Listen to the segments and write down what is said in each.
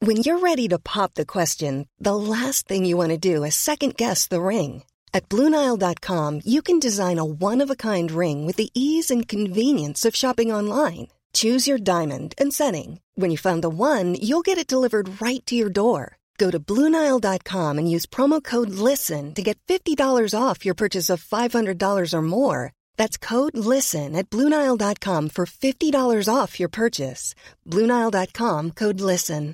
When you're ready to pop the question, the last thing you want to do is second-guess the ring. At BlueNile.com, you can design a one-of-a-kind ring with the ease and convenience of shopping online. Choose your diamond and setting. When you find the one, you'll get it delivered right to your door. Go to BlueNile.com and use promo code LISTEN to get $50 off your purchase of $500 or more. That's code LISTEN at BlueNile.com for $50 off your purchase. BlueNile.com, code LISTEN.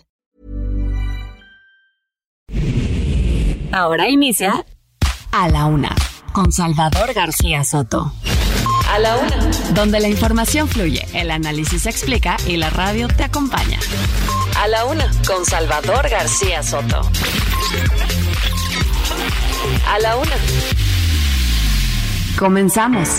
Ahora inicia A la Una, con Salvador García Soto. A la Una, donde la información fluye, el análisis se explica y la radio te acompaña. A la Una, con Salvador García Soto. A la Una. Comenzamos.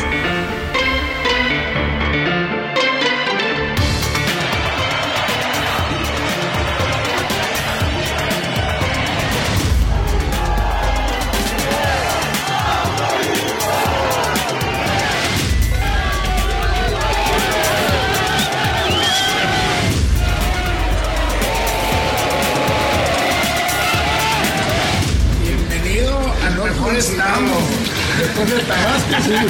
Estamos. Después de Tabasco, sí.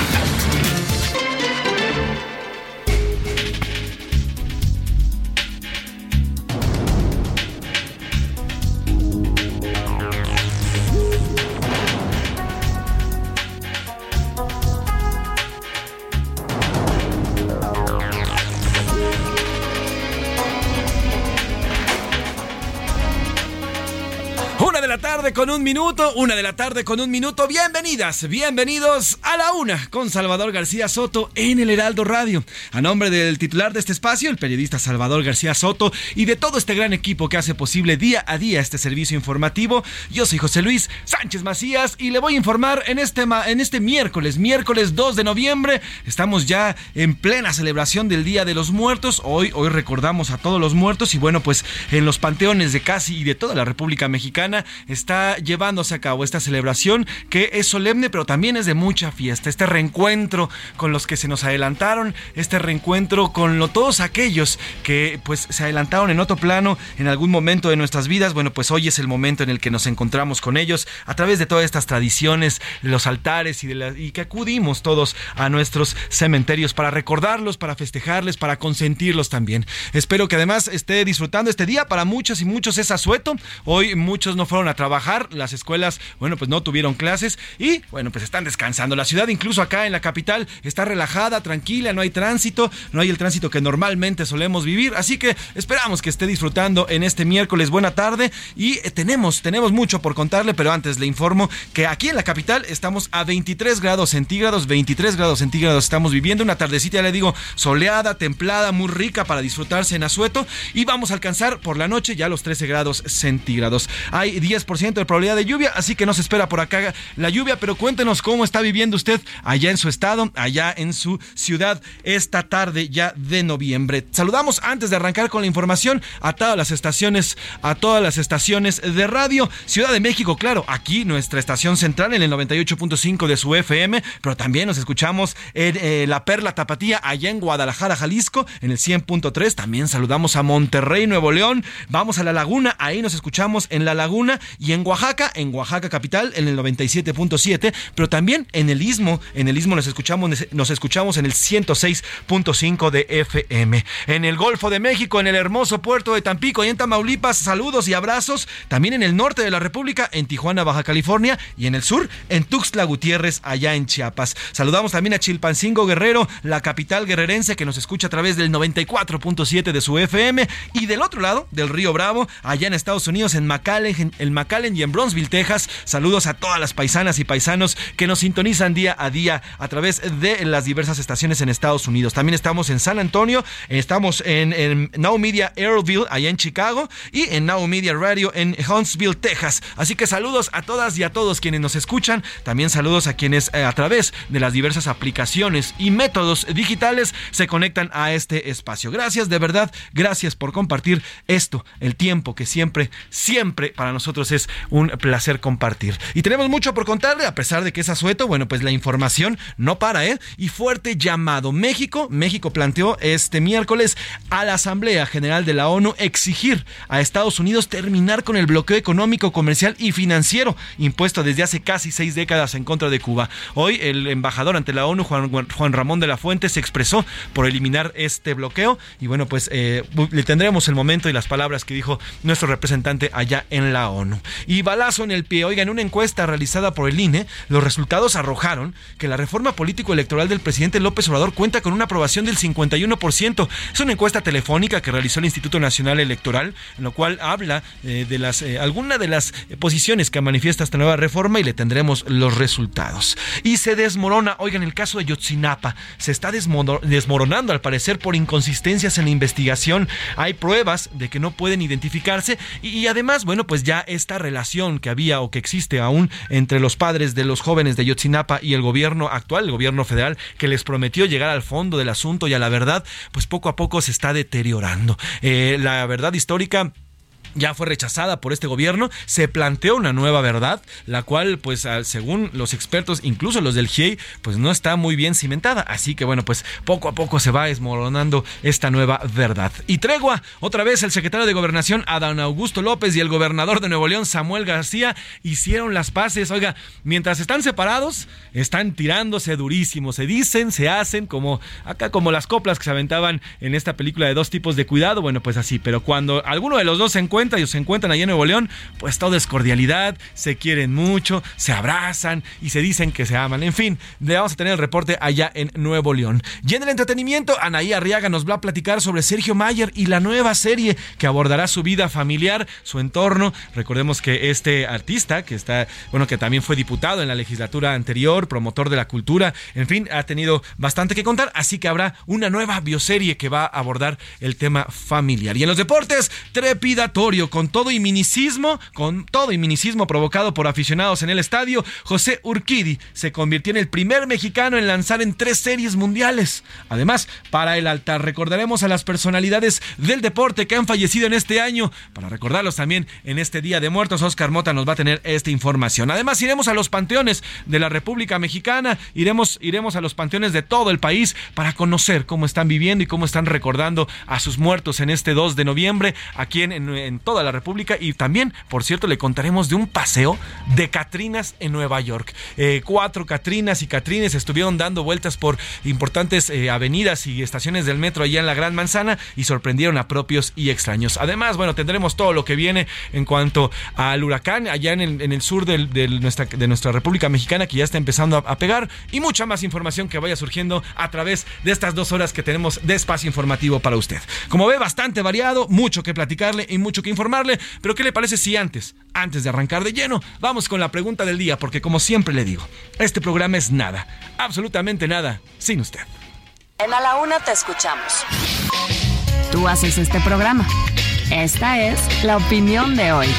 Una de la tarde con un minuto. Bienvenidos a La Una con Salvador García Soto en el Heraldo Radio. A nombre del titular de este espacio, el periodista Salvador García Soto, y de todo este gran equipo que hace posible día a día este servicio informativo, yo soy José Luis Sánchez Macías y le voy a informar en este miércoles 2 de noviembre. Estamos ya en plena celebración del Día de los Muertos. Hoy recordamos a todos los muertos y bueno, pues en los panteones de casi y de toda la República Mexicana está llevándose a cabo esta celebración que es solemne, pero también es de mucha fiesta. Este reencuentro con los que se nos adelantaron, este reencuentro con todos aquellos que pues se adelantaron en otro plano en algún momento de nuestras vidas. Bueno, pues hoy es el momento en el que nos encontramos con ellos a través de todas estas tradiciones, los altares y que acudimos todos a nuestros cementerios para recordarlos, para festejarles, para consentirlos también. Espero que además esté disfrutando este día. Para muchas y muchos es asueto. Hoy muchos no fueron a trabajar, las escuelas, bueno, pues no tuvieron clases y, bueno, pues están descansando. La ciudad, incluso acá en la capital, está relajada, tranquila, no hay tránsito, no hay el tránsito que normalmente solemos vivir, así que esperamos que esté disfrutando en este miércoles. Buena tarde y tenemos mucho por contarle, pero antes le informo que aquí en la capital estamos a 23 grados centígrados estamos viviendo, una tardecita, ya le digo, soleada, templada, muy rica para disfrutarse en asueto y vamos a alcanzar por la noche ya los 13 grados centígrados. Hay 10% de probabilidad de lluvia, así que no se espera por acá la lluvia, pero cuéntenos cómo está viviendo usted allá en su estado, allá en su ciudad esta tarde ya de noviembre. Saludamos antes de arrancar con la información a todas las estaciones de radio. Ciudad de México, claro, aquí nuestra estación central en el 98.5 de su FM, pero también nos escuchamos en La Perla Tapatía, allá en Guadalajara, Jalisco, en el 100.3. También saludamos a Monterrey, Nuevo León. Vamos a La Laguna, ahí nos escuchamos en La Laguna, y en Oaxaca capital en el 97.7, pero también en el Istmo nos escuchamos en el 106.5 de FM. En el Golfo de México, en el hermoso puerto de Tampico y en Tamaulipas, saludos y abrazos. También en el norte de la República, en Tijuana, Baja California, y en el sur, en Tuxtla Gutiérrez, allá en Chiapas. Saludamos también a Chilpancingo, Guerrero, la capital guerrerense, que nos escucha a través del 94.7 de su FM, y del otro lado del Río Bravo, allá en Estados Unidos, en McAllen y en Bronzeville, Texas. Saludos a todas las paisanas y paisanos que nos sintonizan día a día a través de las diversas estaciones en Estados Unidos. También estamos en San Antonio, estamos en Now Media Airville, allá en Chicago, y en Now Media Radio en Huntsville, Texas. Así que saludos a todas y a todos quienes nos escuchan. También saludos a quienes a través de las diversas aplicaciones y métodos digitales se conectan a este espacio. Gracias, de verdad, gracias por compartir esto, el tiempo que siempre para nosotros nos es un placer compartir. Y tenemos mucho por contarle, a pesar de que es asueto, bueno, pues la información no para, y fuerte llamado. México planteó este miércoles a la Asamblea General de la ONU exigir a Estados Unidos terminar con el bloqueo económico, comercial y financiero impuesto desde hace casi 6 décadas en contra de Cuba. Hoy el embajador ante la ONU, Juan Ramón de la Fuente, se expresó por eliminar este bloqueo y bueno, pues le tendremos el momento y las palabras que dijo nuestro representante allá en la ONU. Y balazo en el pie. Oiga, en una encuesta realizada por el INE, los resultados arrojaron que la reforma político-electoral del presidente López Obrador cuenta con una aprobación del 51%. Es una encuesta telefónica que realizó el Instituto Nacional Electoral, en lo cual habla de alguna de las posiciones que manifiesta esta nueva reforma y le tendremos los resultados. Y se desmorona, oigan, el caso de Ayotzinapa se está desmoronando al parecer por inconsistencias en la investigación. Hay pruebas de que no pueden identificarse y además, bueno, pues ya esta relación que había o que existe aún entre los padres de los jóvenes de Ayotzinapa y el gobierno actual, el gobierno federal, que les prometió llegar al fondo del asunto y a la verdad, pues poco a poco se está deteriorando. La verdad histórica ya fue rechazada por este gobierno, se planteó una nueva verdad, la cual, pues, según los expertos, incluso los del GIEI, pues no está muy bien cimentada, así que bueno, pues poco a poco se va desmoronando esta nueva verdad. Y tregua, otra vez el secretario de Gobernación, Adán Augusto López, y el gobernador de Nuevo León, Samuel García, hicieron las paces. Oiga, mientras están separados, están tirándose durísimo, se dicen, se hacen, como acá, como las coplas que se aventaban en esta película de Dos tipos de cuidado, bueno, pues así, pero cuando alguno de los dos se encuentran allá en Nuevo León, pues todo es cordialidad, se quieren mucho, se abrazan y se dicen que se aman. En fin, le vamos a tener el reporte allá en Nuevo León. Y en el entretenimiento, Anaí Arriaga nos va a platicar sobre Sergio Mayer y la nueva serie que abordará su vida familiar, su entorno. Recordemos que este artista, que también fue diputado en la legislatura anterior, promotor de la cultura, en fin, ha tenido bastante que contar, así que habrá una nueva bioserie que va a abordar el tema familiar. Y en los deportes, trepidatorio, con todo y minicismo provocado por aficionados en el estadio, José Urquidi se convirtió en el primer mexicano en lanzar en 3 series mundiales. Además, para el altar, recordaremos a las personalidades del deporte que han fallecido en este año. Para recordarlos también en este Día de Muertos, Oscar Mota nos va a tener esta información. Además, iremos a los panteones de la República Mexicana, iremos a los panteones de todo el país para conocer cómo están viviendo y cómo están recordando a sus muertos en este 2 de noviembre, aquí en toda la República. Y también, por cierto, le contaremos de un paseo de catrinas en Nueva York. 4 catrinas y catrines estuvieron dando vueltas por importantes avenidas y estaciones del metro allá en la Gran Manzana y sorprendieron a propios y extraños. Además, bueno, tendremos todo lo que viene en cuanto al huracán allá en el sur de nuestra República Mexicana, que ya está empezando a pegar, y mucha más información que vaya surgiendo a través de estas 2 horas que tenemos de espacio informativo para usted. Como ve, bastante variado, mucho que platicarle y mucho que informarle, pero ¿qué le parece si antes de arrancar de lleno, vamos con la pregunta del día? Porque como siempre le digo, este programa es nada, absolutamente nada, sin usted. En A la Una te escuchamos. Tú haces este programa. Esta es la opinión de hoy.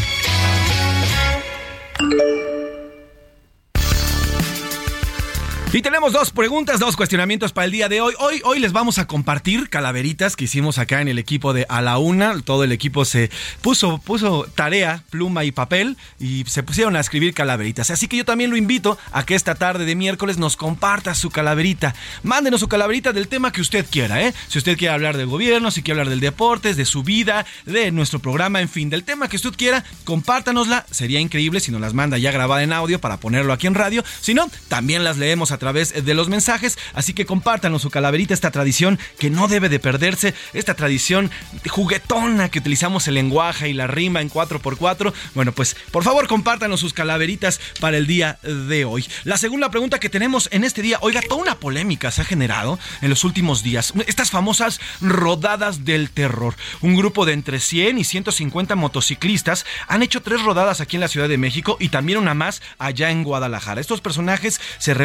Y tenemos 2 preguntas, 2 cuestionamientos para el día de hoy. Hoy les vamos a compartir calaveritas que hicimos acá en el equipo de A la Una. Todo el equipo se puso tarea, pluma y papel y se pusieron a escribir calaveritas. Así que yo también lo invito a que esta tarde de miércoles nos comparta su calaverita. Mándenos su calaverita del tema que usted quiera, Si usted quiere hablar del gobierno, si quiere hablar del deportes, de su vida, de nuestro programa, en fin, del tema que usted quiera, compártanosla. Sería increíble si nos las manda ya grabada en audio para ponerlo aquí en radio. Si no, también las leemos a través de los mensajes, así que compártanos su calaverita, esta tradición que no debe de perderse, esta tradición juguetona que utilizamos el lenguaje y la rima en 4x4. Bueno, pues por favor compártanos sus calaveritas para el día de hoy. La segunda pregunta que tenemos en este día, oiga, toda una polémica se ha generado en los últimos días, estas famosas rodadas del terror. Un grupo de entre 100 y 150 motociclistas han hecho 3 rodadas aquí en la Ciudad de México y también una más allá en Guadalajara. Estos personajes se reúnen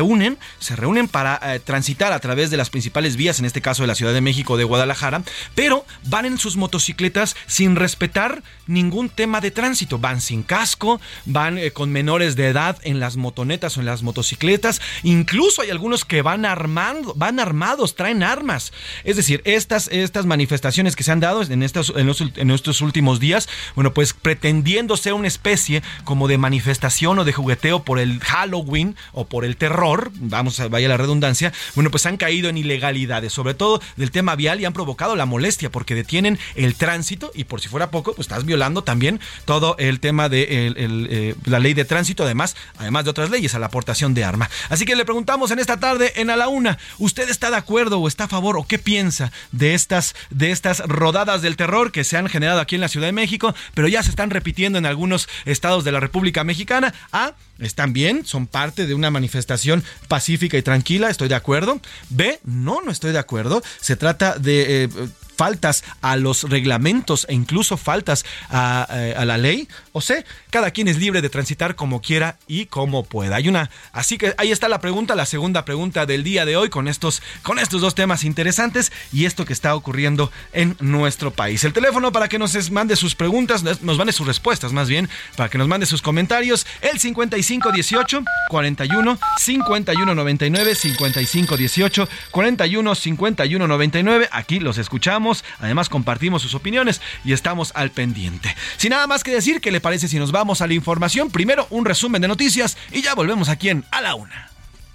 se reúnen para transitar a través de las principales vías, en este caso de la Ciudad de México o de Guadalajara, pero van en sus motocicletas sin respetar ningún tema de tránsito. Van sin casco, van con menores de edad en las motonetas o en las motocicletas. Incluso hay algunos que van armados, traen armas. Es decir, estas manifestaciones que se han dado en estos últimos días, bueno, pues pretendiendo ser una especie como de manifestación o de jugueteo por el Halloween o por el terror, vaya la redundancia, bueno, pues han caído en ilegalidades, sobre todo del tema vial, y han provocado la molestia porque detienen el tránsito, y por si fuera poco, pues estás violando también todo el tema de la ley de tránsito, además de otras leyes, a la aportación de arma. Así que le preguntamos en esta tarde en A la Una, ¿usted está de acuerdo o está a favor o qué piensa de estas rodadas del terror que se han generado aquí en la Ciudad de México, pero ya se están repitiendo en algunos estados de la República Mexicana? A, están bien, son parte de una manifestación pacífica y tranquila, estoy de acuerdo. B, no estoy de acuerdo. Se trata de faltas a los reglamentos e incluso faltas a la ley. O sea, cada quien es libre de transitar como quiera y como pueda. Así que ahí está la pregunta, la segunda pregunta del día de hoy, con estos dos temas interesantes y esto que está ocurriendo en nuestro país. El teléfono para que nos mande sus preguntas, nos mande sus respuestas más bien, para que nos mande sus comentarios, el 5518 41 51 99, 5518 41 51 99. Aquí los escuchamos, además compartimos sus opiniones y estamos al pendiente. Sin nada más que decir, ¿qué le parece si nos vamos a la información? Primero un resumen de noticias y ya volvemos aquí en A la Una.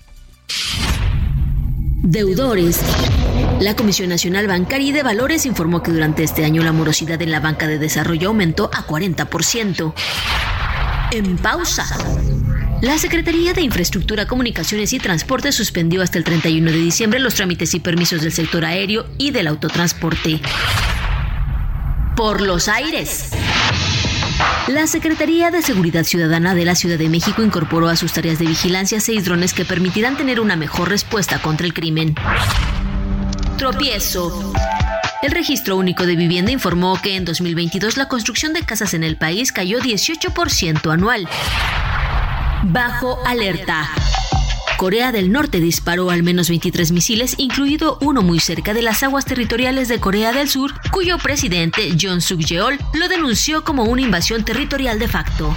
Deudores. La Comisión Nacional Bancaria y de Valores informó que durante este año la morosidad en la banca de desarrollo aumentó a 40%. En pausa. La Secretaría de Infraestructura, Comunicaciones y Transporte suspendió hasta el 31 de diciembre los trámites y permisos del sector aéreo y del autotransporte. Por los aires. La Secretaría de Seguridad Ciudadana de la Ciudad de México incorporó a sus tareas de vigilancia 6 drones que permitirán tener una mejor respuesta contra el crimen. Tropiezo. El Registro Único de Vivienda informó que en 2022 la construcción de casas en el país cayó 18% anual. Bajo alerta. Corea del Norte disparó al menos 23 misiles, incluido uno muy cerca de las aguas territoriales de Corea del Sur, cuyo presidente, Yoon Suk-yeol, lo denunció como una invasión territorial de facto.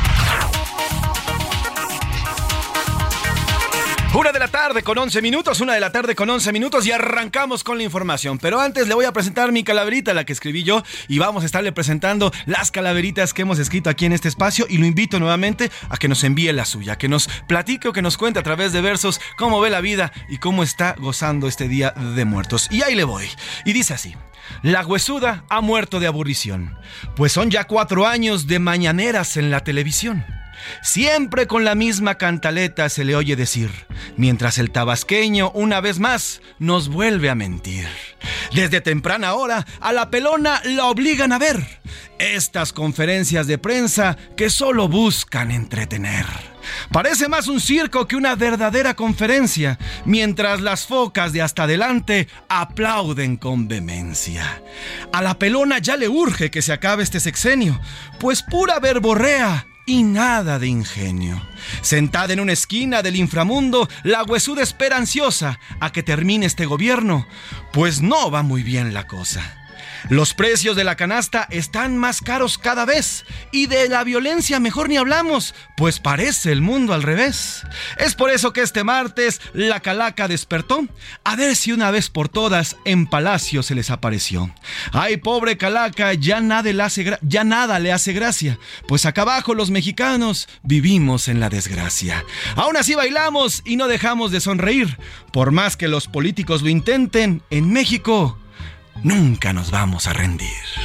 1 de la tarde con 11 minutos y arrancamos con la información. Pero antes le voy a presentar mi calaverita, la que escribí yo, y vamos a estarle presentando las calaveritas que hemos escrito aquí en este espacio, y lo invito nuevamente a que nos envíe la suya, que nos platique o que nos cuente a través de versos cómo ve la vida y cómo está gozando este Día de Muertos. Y ahí le voy. Y dice así: la huesuda ha muerto de aburrición, pues son ya 4 años de mañaneras en la televisión. Siempre con la misma cantaleta se le oye decir, mientras el tabasqueño una vez más nos vuelve a mentir. Desde temprana hora a la pelona la obligan a ver estas conferencias de prensa que solo buscan entretener. Parece más un circo que una verdadera conferencia, mientras las focas de hasta adelante aplauden con vehemencia. A la pelona ya le urge que se acabe este sexenio, pues pura verborrea y nada de ingenio. Sentada en una esquina del inframundo, la huesuda espera ansiosa a que termine este gobierno, pues no va muy bien la cosa. Los precios de la canasta están más caros cada vez, y de la violencia mejor ni hablamos, pues parece el mundo al revés. Es por eso que este martes la calaca despertó, a ver si una vez por todas en Palacio se les apareció. Ay, pobre calaca, ya nada le hace gracia, pues acá abajo los mexicanos vivimos en la desgracia. Aún así bailamos y no dejamos de sonreír, por más que los políticos lo intenten, en México nunca nos vamos a rendir.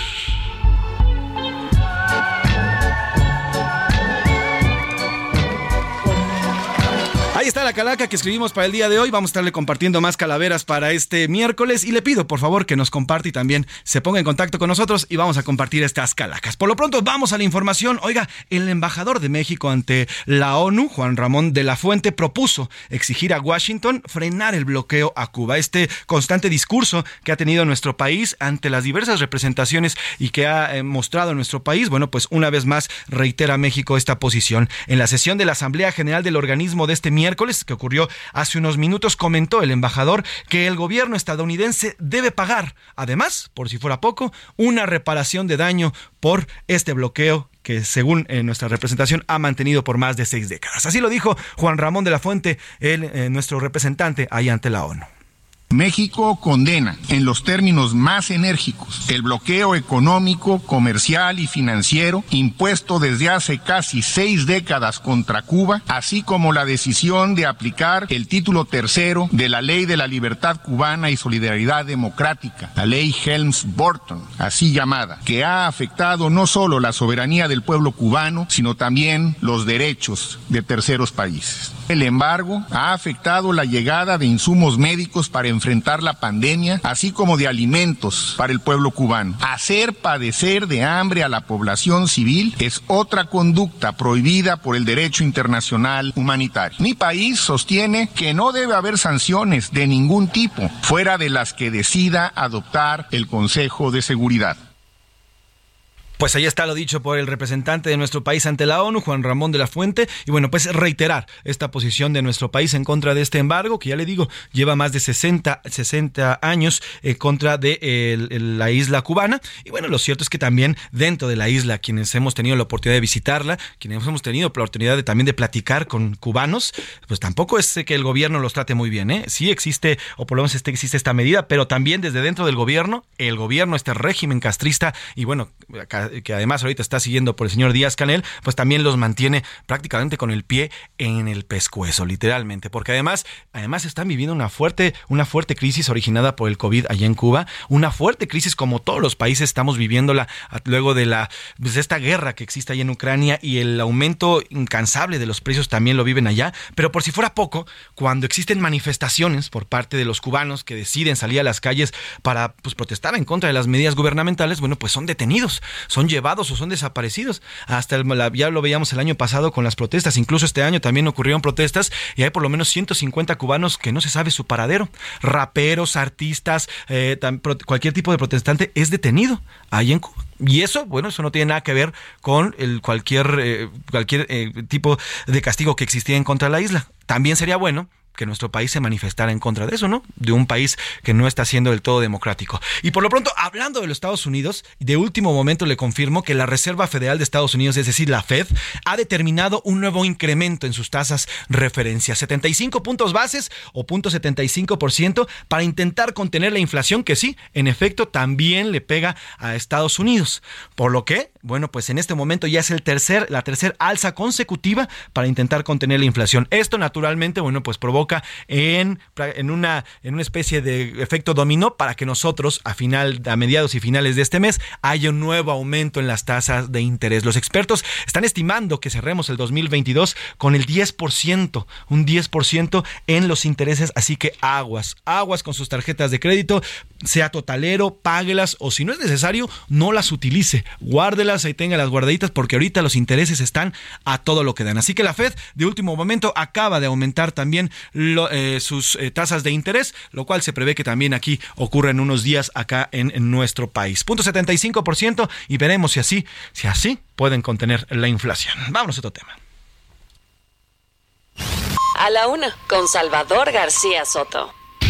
Ahí está la calaca que escribimos para el día de hoy. Vamos a estarle compartiendo más calaveras para este miércoles y le pido por favor que nos comparte y también se ponga en contacto con nosotros y vamos a compartir estas calacas. Por lo pronto vamos a la información. Oiga, el embajador de México ante la ONU, Juan Ramón de la Fuente, propuso exigir a Washington frenar el bloqueo a Cuba. Este constante discurso que ha tenido nuestro país ante las diversas representaciones y que ha mostrado nuestro país, bueno, pues una vez más reitera México esta posición. En la sesión de la Asamblea General del organismo de este miércoles, miércoles, que ocurrió hace unos minutos, comentó el embajador que el gobierno estadounidense debe pagar, además, por si fuera poco, una reparación de daño por este bloqueo que según nuestra representación ha mantenido por más de 6 décadas. Así lo dijo Juan Ramón de la Fuente, nuestro representante ahí ante la ONU. México condena en los términos más enérgicos el bloqueo económico, comercial y financiero impuesto desde hace casi 6 décadas contra Cuba, así como la decisión de aplicar el título tercero de la Ley de la Libertad Cubana y Solidaridad Democrática, la Ley Helms-Burton, así llamada, que ha afectado no solo la soberanía del pueblo cubano, sino también los derechos de terceros países. El embargo ha afectado la llegada de insumos médicos para enfrentar la pandemia, así como de alimentos para el pueblo cubano. Hacer padecer de hambre a la población civil es otra conducta prohibida por el derecho internacional humanitario. Mi país sostiene que no debe haber sanciones de ningún tipo, fuera de las que decida adoptar el Consejo de Seguridad. Pues ahí está lo dicho por el representante de nuestro país ante la ONU, Juan Ramón de la Fuente, y bueno, pues reiterar esta posición de nuestro país en contra de este embargo, que ya le digo, lleva más de 60 años en contra de la isla cubana, y bueno, lo cierto es que también dentro de la isla, quienes hemos tenido la oportunidad de visitarla, quienes hemos tenido la oportunidad también de platicar con cubanos, pues tampoco es que el gobierno los trate muy bien, ¿eh? Sí existe, o por lo menos existe esta medida, pero también desde dentro del gobierno, este régimen castrista, y bueno, que además ahorita está siguiendo por el señor Díaz-Canel, pues también los mantiene prácticamente con el pie en el pescuezo, literalmente, porque además están viviendo una fuerte crisis originada por el COVID allá en Cuba, una fuerte crisis como todos los países estamos viviéndola luego de esta guerra que existe allá en Ucrania, y el aumento incansable de los precios también lo viven allá. Pero por si fuera poco, cuando existen manifestaciones por parte de los cubanos que deciden salir a las calles para protestar en contra de las medidas gubernamentales, bueno, pues son detenidos, son llevados o son desaparecidos. Ya lo veíamos el año pasado con las protestas, incluso este año también ocurrieron protestas y hay por lo menos 150 cubanos que no se sabe su paradero. Raperos, artistas, cualquier tipo de protestante es detenido ahí en Cuba. Y eso, bueno, eso no tiene nada que ver con cualquier tipo de castigo que existía en contra de la isla. También sería bueno que nuestro país se manifestara en contra de eso, ¿no? De un país que no está siendo del todo democrático. Y por lo pronto, hablando de los Estados Unidos, de último momento le confirmo que la Reserva Federal de Estados Unidos, es decir, la Fed, ha determinado un nuevo incremento en sus tasas referencia, 75 puntos bases o 0.75% para intentar contener la inflación que sí, en efecto, también le pega a Estados Unidos. Por lo que, bueno, pues en este momento ya es la tercera alza consecutiva para intentar contener la inflación. Esto naturalmente, bueno, pues provoca en una especie de efecto dominó para que nosotros a mediados y finales de este mes haya un nuevo aumento en las tasas de interés. Los expertos están estimando que cerremos el 2022 con el 10%, un 10% en los intereses, así que aguas con sus tarjetas de crédito, sea totalero, páguelas, o si no es necesario, no las utilice, guárdelas, ahí téngalas guardaditas, porque ahorita los intereses están a todo lo que dan. Así que la Fed de último momento acaba de aumentar también sus tasas de interés, lo cual se prevé que también aquí ocurra en unos días acá en nuestro país. 0.75%, y veremos si así pueden contener la inflación. Vámonos a otro tema. A la una, con Salvador García Soto.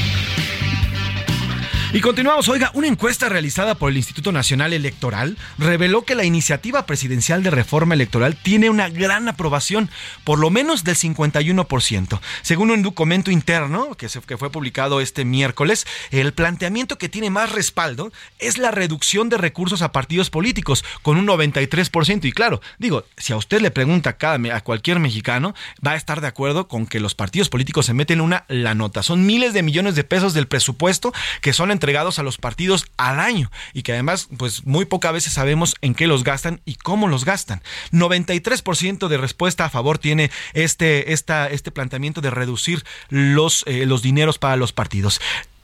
Y continuamos. Oiga, una encuesta realizada por el Instituto Nacional Electoral reveló que la iniciativa presidencial de reforma electoral tiene una gran aprobación, por lo menos del 51%. Según un documento interno que fue publicado este miércoles, el planteamiento que tiene más respaldo es la reducción de recursos a partidos políticos, con un 93%. Y claro, si a usted le pregunta a cualquier mexicano, va a estar de acuerdo con que los partidos políticos se meten la nota. Son miles de millones de pesos del presupuesto que son entregados a los partidos al año, y que además pues muy pocas veces sabemos en qué los gastan y cómo los gastan. 93% de respuesta a favor tiene este planteamiento de reducir los dineros para los partidos.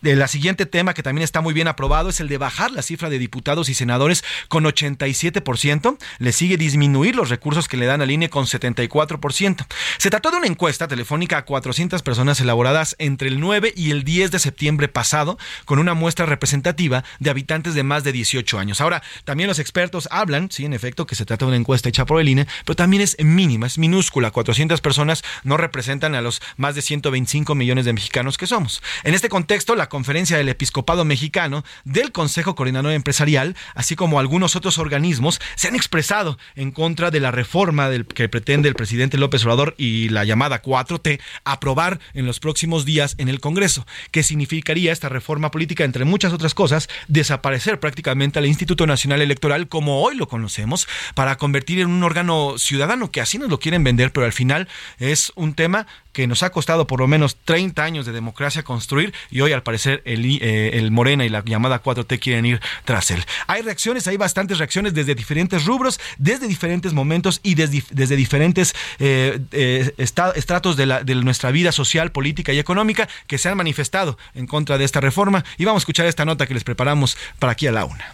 El siguiente tema que también está muy bien aprobado es el de bajar la cifra de diputados y senadores con 87%. Le sigue disminuir los recursos que le dan al INE con 74%. Se trató de una encuesta telefónica a 400 personas elaboradas entre el 9 y el 10 de septiembre pasado, con una muestra representativa de habitantes de más de 18 años. Ahora, también los expertos hablan, sí, en efecto, que se trata de una encuesta hecha por el INE, pero también es mínima, es minúscula. 400 personas no representan a los más de 125 millones de mexicanos que somos. En este contexto, la Conferencia del Episcopado Mexicano, del Consejo Coordinador Empresarial, así como algunos otros organismos, se han expresado en contra de la reforma que pretende el presidente López Obrador y la llamada 4T aprobar en los próximos días en el Congreso. ¿Qué significaría esta reforma política? Entre muchas otras cosas, desaparecer prácticamente al Instituto Nacional Electoral como hoy lo conocemos, para convertir en un órgano ciudadano, que así nos lo quieren vender, pero al final es un tema que nos ha costado por lo menos 30 años de democracia construir, y hoy al parecer el Morena y la llamada 4T quieren ir tras él. Hay reacciones, hay bastantes reacciones desde diferentes rubros, desde diferentes momentos y desde diferentes estratos de nuestra vida social, política y económica, que se han manifestado en contra de esta reforma, y vamos a escuchar esta nota que les preparamos para aquí a la una.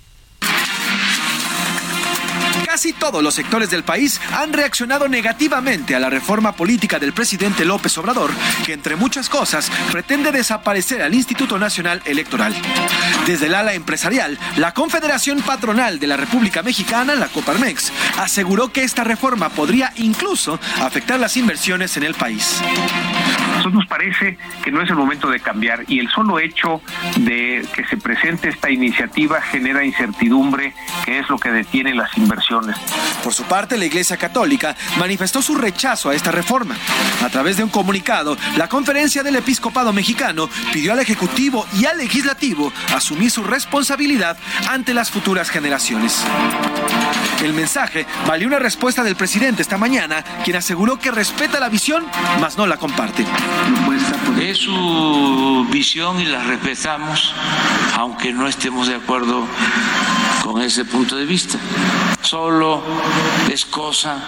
Casi todos los sectores del país han reaccionado negativamente a la reforma política del presidente López Obrador, que entre muchas cosas pretende desaparecer al Instituto Nacional Electoral. Desde el ala empresarial, la Confederación Patronal de la República Mexicana, la Coparmex, aseguró que esta reforma podría incluso afectar las inversiones en el país. A nosotros nos parece que no es el momento de cambiar, y el solo hecho de que se presente esta iniciativa genera incertidumbre, que es lo que detiene las inversiones. Por su parte, la Iglesia Católica manifestó su rechazo a esta reforma. A través de un comunicado, la Conferencia del Episcopado Mexicano pidió al Ejecutivo y al Legislativo asumir su responsabilidad ante las futuras generaciones. El mensaje valió una respuesta del presidente esta mañana, quien aseguró que respeta la visión, mas no la comparte. Es su visión y la respetamos, aunque no estemos de acuerdo con ese punto de vista. Solo es cosa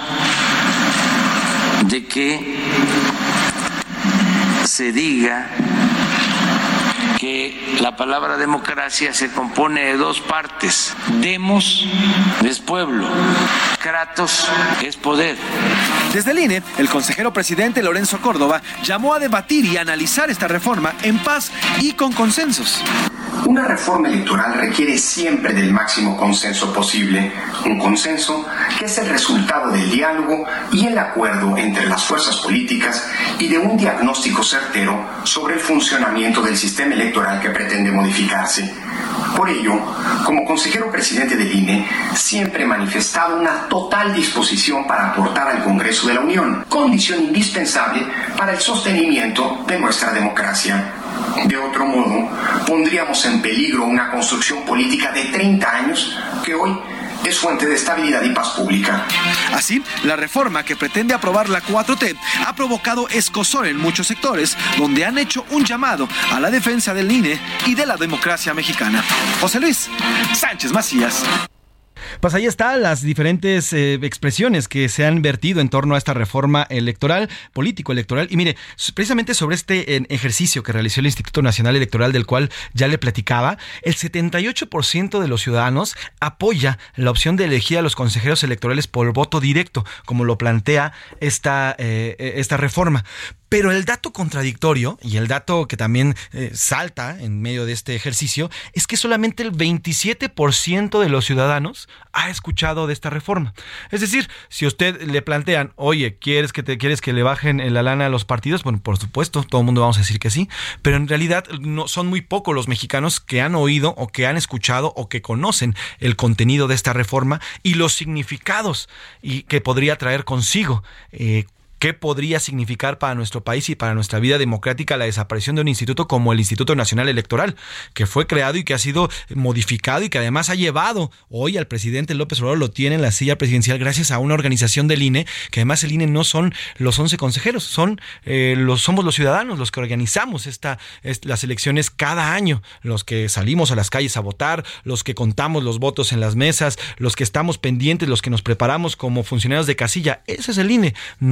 de que se diga que la palabra democracia se compone de dos partes. Demos es pueblo, kratos es poder. Desde el INE, el consejero presidente Lorenzo Córdoba llamó a debatir y analizar esta reforma en paz y con consensos. Una reforma electoral requiere siempre del máximo consenso posible, un consenso que es el resultado del diálogo y el acuerdo entre las fuerzas políticas y de un diagnóstico certero sobre el funcionamiento del sistema electoral que pretende modificarse. Por ello, como consejero presidente del INE, siempre he manifestado una total disposición para aportar al Congreso de la Unión, condición indispensable para el sostenimiento de nuestra democracia. De otro modo, pondríamos en peligro una construcción política de 30 años que hoy es fuente de estabilidad y paz pública. Así, la reforma que pretende aprobar la 4T ha provocado escozor en muchos sectores, donde han hecho un llamado a la defensa del INE y de la democracia mexicana. José Luis Sánchez Macías. Pues ahí están las diferentes expresiones que se han vertido en torno a esta reforma electoral, político-electoral. Y mire, precisamente sobre este ejercicio que realizó el Instituto Nacional Electoral, del cual ya le platicaba, el 78% de los ciudadanos apoya la opción de elegir a los consejeros electorales por voto directo, como lo plantea esta reforma. Pero el dato contradictorio y el dato que también salta en medio de este ejercicio es que solamente el 27% de los ciudadanos ha escuchado de esta reforma. Es decir, si usted le plantean, oye, ¿quieres que le bajen la lana a los partidos? Bueno, por supuesto, todo el mundo vamos a decir que sí, pero en realidad no son muy pocos los mexicanos que han oído o que han escuchado o que conocen el contenido de esta reforma y los significados y que podría traer consigo. ¿Qué podría significar para nuestro país y para nuestra vida democrática la desaparición de un instituto como el Instituto Nacional Electoral, que fue creado y que ha sido modificado y que además ha llevado hoy al presidente López Obrador, lo tiene en la silla presidencial gracias a una organización del INE, que además el INE no son los 11 consejeros, somos los ciudadanos los que organizamos las elecciones cada año, los que salimos a las calles a votar, los que contamos los votos en las mesas, los que estamos pendientes, los que nos preparamos como funcionarios de casilla. Ese es el INE, no son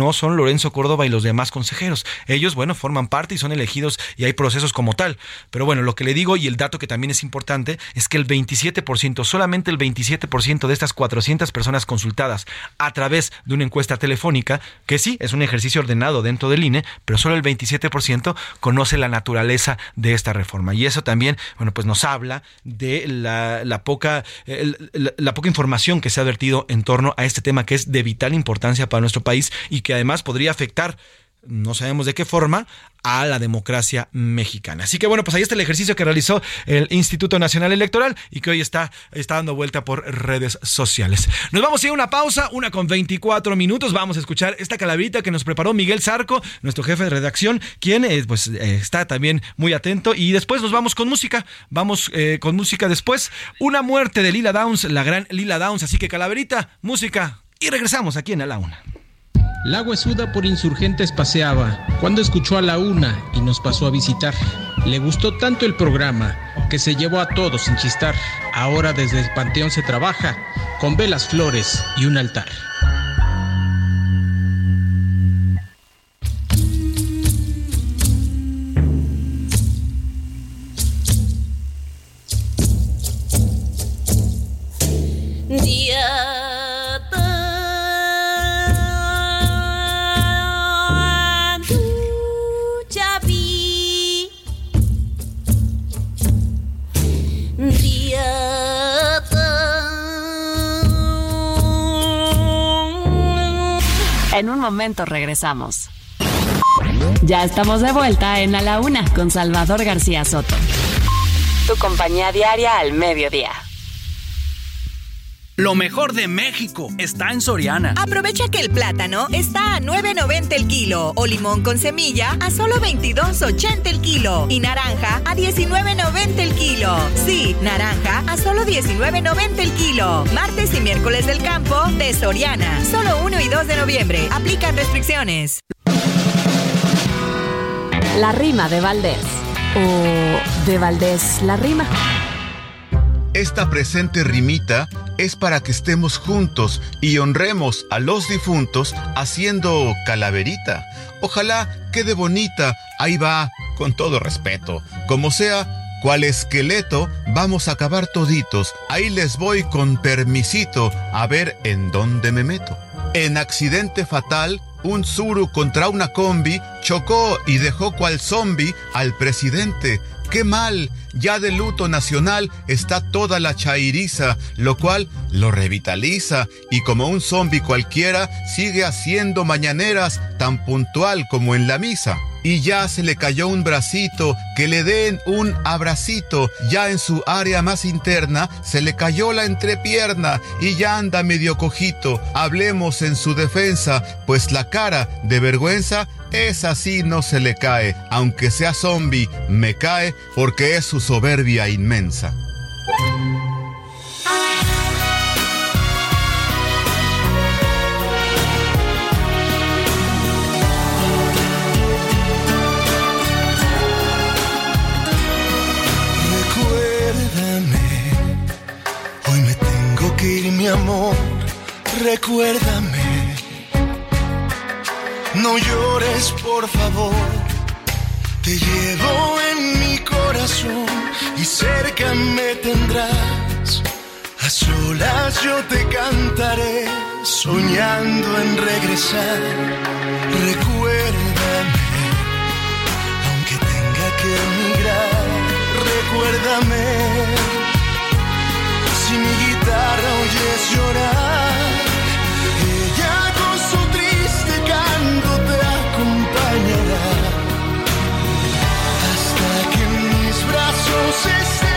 Lorenzo Córdoba y los demás consejeros. Ellos, bueno, forman parte y son elegidos y hay procesos como tal. Pero bueno, lo que le digo y el dato que también es importante es que el 27%, solamente el 27% de estas 400 personas consultadas a través de una encuesta telefónica, que sí, es un ejercicio ordenado dentro del INE, pero solo el 27% conoce la naturaleza de esta reforma. Y eso también, bueno, pues nos habla de la poca información que se ha vertido en torno a este tema que es de vital importancia para nuestro país y que además podría afectar, no sabemos de qué forma, a la democracia mexicana. Así que bueno, pues ahí está el ejercicio que realizó el Instituto Nacional Electoral y que hoy está dando vuelta por redes sociales. Nos vamos a ir a una pausa, 1:24. Vamos a escuchar esta calaverita que nos preparó Miguel Zarco, nuestro jefe de redacción, quien está también muy atento, y después nos vamos con música. Vamos con música después. Una muerte de Lila Downs, la gran Lila Downs. Así que calaverita, música y regresamos aquí en A la Una. La huesuda por Insurgentes paseaba cuando escuchó a la Una y nos pasó a visitar. Le gustó tanto el programa que se llevó a todos sin chistar. Ahora desde el panteón se trabaja con velas, flores y un altar. En un momento regresamos. Ya estamos de vuelta en A la Una con Salvador García Soto. Tu compañía diaria al mediodía. Lo mejor de México está en Soriana. Aprovecha que el plátano está a $9.90 el kilo o limón con semilla a solo $22.80 el kilo y naranja a $19.90 el kilo. Sí, naranja a solo $19.90 el kilo. Martes y miércoles del campo de Soriana. Solo 1 y 2 de noviembre. Aplican restricciones. La rima de Valdés. O de Valdés la rima. Esta presente rimita es para que estemos juntos y honremos a los difuntos haciendo calaverita. Ojalá quede bonita, ahí va, con todo respeto. Como sea, cual esqueleto, vamos a acabar toditos. Ahí les voy con permisito, a ver en dónde me meto. En accidente fatal, un suru contra una combi chocó y dejó cual zombi al presidente. ¡Qué mal! Ya de luto nacional está toda la chairiza, lo cual lo revitaliza y como un zombi cualquiera sigue haciendo mañaneras tan puntual como en la misa. Y ya se le cayó un bracito, que le den un abracito. Ya en su área más interna se le cayó la entrepierna y ya anda medio cojito. Hablemos en su defensa, pues la cara de vergüenza es así, no se le cae. Aunque sea zombi, me cae porque es su soberbia inmensa. Mi amor, recuérdame. No llores, por favor. Te llevo en mi corazón y cerca me tendrás. A solas yo te cantaré, soñando en regresar. Recuérdame, aunque tenga que emigrar. Recuérdame. Si mi guitarra oyes llorar, ella con su triste canto te acompañará hasta que en mis brazos estés.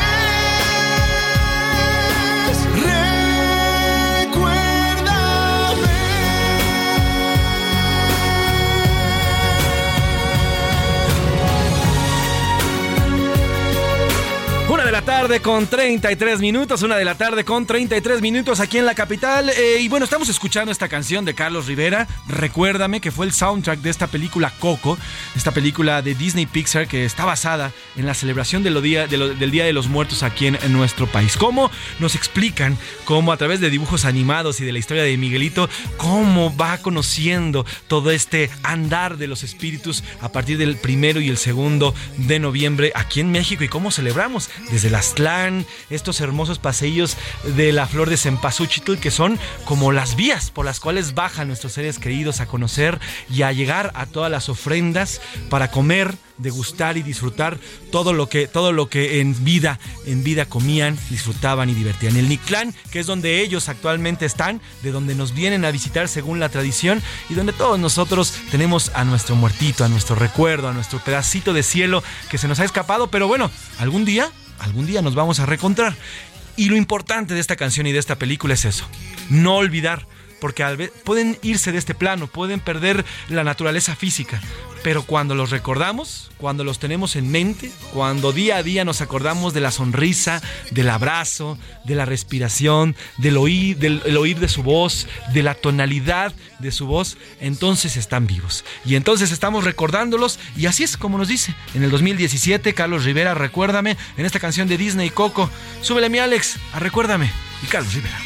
tarde con 33 minutos, 1 de la tarde con 33 minutos aquí en la capital. Y bueno, estamos escuchando esta canción de Carlos Rivera, Recuérdame, que fue el soundtrack de esta película Coco, esta película de Disney Pixar que está basada en la celebración del Día de los Muertos aquí en nuestro país. Cómo nos explican cómo a través de dibujos animados y de la historia de Miguelito, cómo va conociendo todo este andar de los espíritus a partir del 1 y el 2 de noviembre aquí en México, y cómo celebramos desde el Aztlán estos hermosos paseillos de la flor de cempasúchil, que son como las vías por las cuales bajan nuestros seres queridos a conocer y a llegar a todas las ofrendas para comer, degustar y disfrutar todo lo que en vida comían, disfrutaban y divertían. El Mictlán, que es donde ellos actualmente están, de donde nos vienen a visitar según la tradición, y donde todos nosotros tenemos a nuestro muertito, a nuestro recuerdo, a nuestro pedacito de cielo que se nos ha escapado, pero bueno, algún día nos vamos a reencontrar. Y lo importante de esta canción y de esta película es eso, no olvidar, porque pueden irse de este plano, pueden perder la naturaleza física, pero cuando los recordamos, cuando los tenemos en mente, cuando día a día nos acordamos de la sonrisa, del abrazo, de la respiración, del oír de su voz, de la tonalidad de su voz, entonces están vivos. Y entonces estamos recordándolos, y así es como nos dice en el 2017 Carlos Rivera, Recuérdame, en esta canción de Disney Coco. Súbele, mi Alex, a Recuérdame y Carlos Rivera.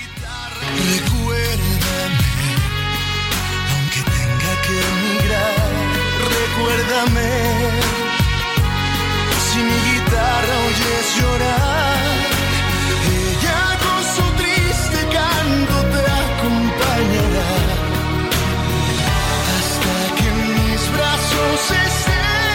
Recuérdame, si mi guitarra oyes llorar, ella con su triste canto te acompañará, hasta que en mis brazos estés.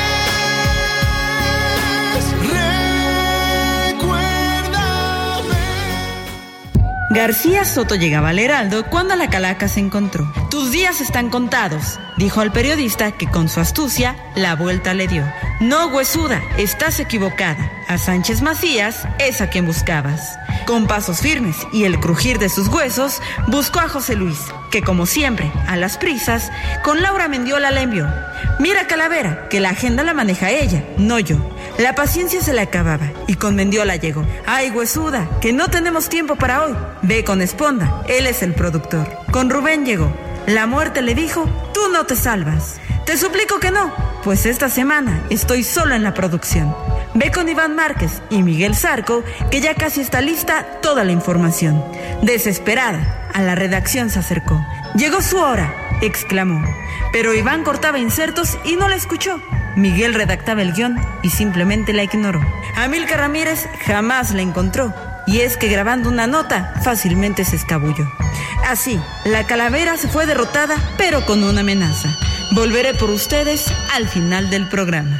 García Soto llegaba al Heraldo cuando la calaca se encontró. Tus días están contados, dijo al periodista, que con su astucia la vuelta le dio. No, huesuda, estás equivocada. A Sánchez Macías es a quien buscabas. Con pasos firmes y el crujir de sus huesos, buscó a José Luis, que como siempre, a las prisas, con Laura Mendiola la envió. Mira, Calavera, que la agenda la maneja ella, no yo. La paciencia se le acababa y con Mendiola llegó. Ay, huesuda, que no tenemos tiempo para hoy. Ve con Esponda, él es el productor. Con Rubén llegó. La muerte le dijo, tú no te salvas. Te suplico que no, pues esta semana estoy solo en la producción. Ve con Iván Márquez y Miguel Zarco, que ya casi está lista toda la información. Desesperada, a la redacción se acercó. Llegó su hora, exclamó. Pero Iván cortaba insertos y no la escuchó. Miguel redactaba el guión y simplemente la ignoró. Amílcar Ramírez jamás la encontró, y es que grabando una nota fácilmente se escabulló. Así, la Calavera se fue derrotada, pero con una amenaza. Volveré por ustedes al final del programa.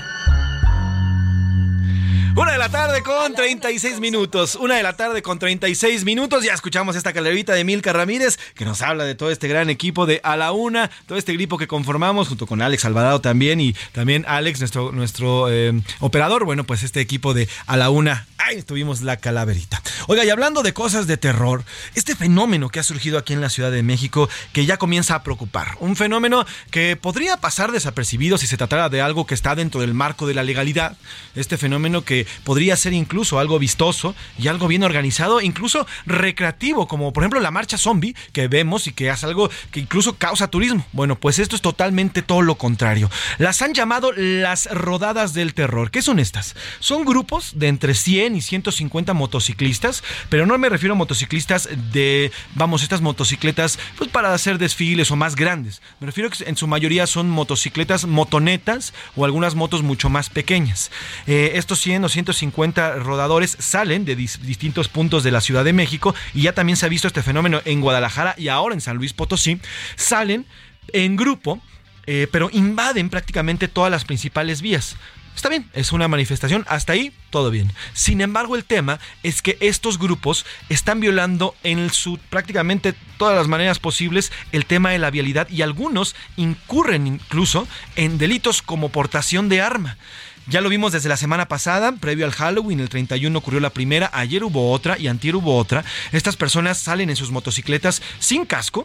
1 de la tarde con 36 minutos. 1 de la tarde con 36 minutos. Ya escuchamos esta calaverita de Amílcar Ramírez, que nos habla de todo este gran equipo de A la Una, todo este equipo que conformamos junto con Alex Alvarado también, y también Alex, nuestro operador. Bueno, pues este equipo de A la Una, ahí tuvimos la calaverita. Oiga, y hablando de cosas de terror, este fenómeno que ha surgido aquí en la Ciudad de México, que ya comienza a preocupar. Un fenómeno que podría pasar desapercibido si se tratara de algo que está dentro del marco de la legalidad. Este fenómeno que podría ser incluso algo vistoso y algo bien organizado, incluso recreativo, como por ejemplo la marcha zombie que vemos y que es algo que incluso causa turismo. Bueno, pues esto es totalmente todo lo contrario. Las han llamado las rodadas del terror. ¿Qué son estas? Son grupos de entre 100 y 150 motociclistas, pero no me refiero a motociclistas de, estas motocicletas pues para hacer desfiles o más grandes. Me refiero a que en su mayoría son motocicletas motonetas o algunas motos mucho más pequeñas. Estos 100 o 150 rodadores salen de distintos puntos de la Ciudad de México, y ya también se ha visto este fenómeno en Guadalajara y ahora en San Luis Potosí. Salen en grupo, pero invaden prácticamente todas las principales vías. Está bien, es una manifestación, hasta ahí todo bien. Sin embargo, el tema es que estos grupos están violando prácticamente todas las maneras posibles el tema de la vialidad, y algunos incurren incluso en delitos como portación de arma. Ya lo vimos desde la semana pasada, previo al Halloween, el 31 ocurrió la primera, ayer hubo otra y antier hubo otra. Estas personas salen en sus motocicletas sin casco,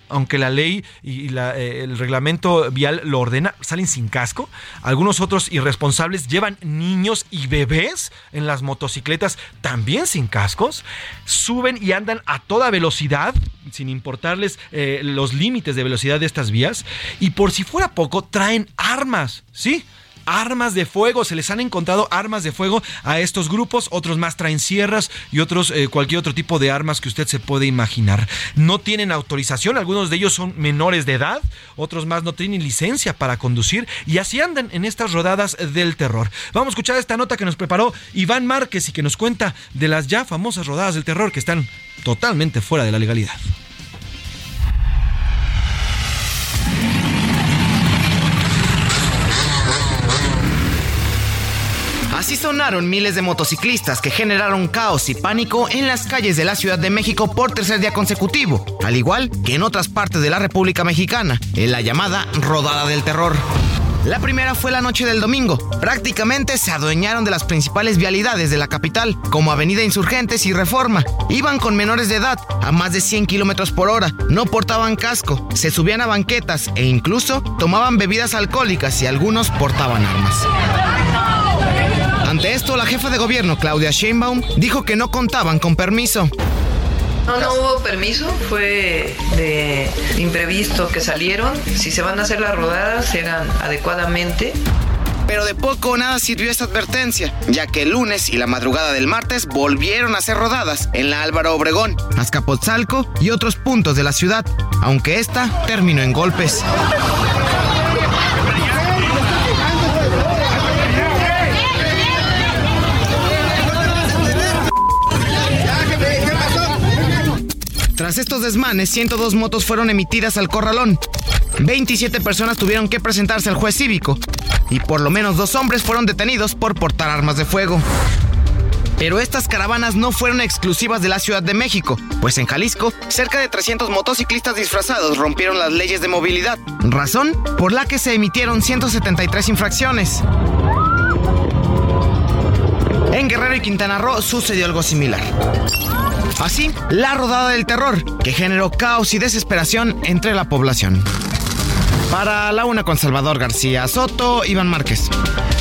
aunque la ley y el reglamento vial lo ordena, salen sin casco. Algunos otros irresponsables llevan niños y bebés en las motocicletas también sin cascos. Suben y andan a toda velocidad, sin importarles los límites de velocidad de estas vías. Y por si fuera poco, traen armas, ¿sí? Armas de fuego, se les han encontrado armas de fuego a estos grupos, otros más traen sierras y otros cualquier otro tipo de armas que usted se puede imaginar. No tienen autorización, algunos de ellos son menores de edad, otros más no tienen licencia para conducir y así andan en estas rodadas del terror. Vamos a escuchar esta nota que nos preparó Iván Márquez y que nos cuenta de las ya famosas rodadas del terror que están totalmente fuera de la legalidad. Así sonaron miles de motociclistas que generaron caos y pánico en las calles de la Ciudad de México por tercer día consecutivo, al igual que en otras partes de la República Mexicana, en la llamada Rodada del Terror. La primera fue la noche del domingo. Prácticamente se adueñaron de las principales vialidades de la capital, como Avenida Insurgentes y Reforma. Iban con menores de edad, a más de 100 kilómetros por hora, no portaban casco, se subían a banquetas e incluso tomaban bebidas alcohólicas y algunos portaban armas. Ante esto, la jefa de gobierno, Claudia Sheinbaum, dijo que no contaban con permiso. No hubo permiso, fue de imprevisto que salieron. Si se van a hacer las rodadas, se hagan adecuadamente. Pero de poco o nada sirvió esta advertencia, ya que el lunes y la madrugada del martes volvieron a hacer rodadas en la Álvaro Obregón, Azcapotzalco y otros puntos de la ciudad, aunque esta terminó en golpes. Tras estos desmanes, 102 motos fueron emitidas al corralón. 27 personas tuvieron que presentarse al juez cívico y por lo menos 2 hombres fueron detenidos por portar armas de fuego. Pero estas caravanas no fueron exclusivas de la Ciudad de México, pues en Jalisco, cerca de 300 motociclistas disfrazados rompieron las leyes de movilidad, razón por la que se emitieron 173 infracciones. En Guerrero y Quintana Roo sucedió algo similar. Así, la rodada del terror, que generó caos y desesperación entre la población. Para La Una con Salvador García Soto, Iván Márquez.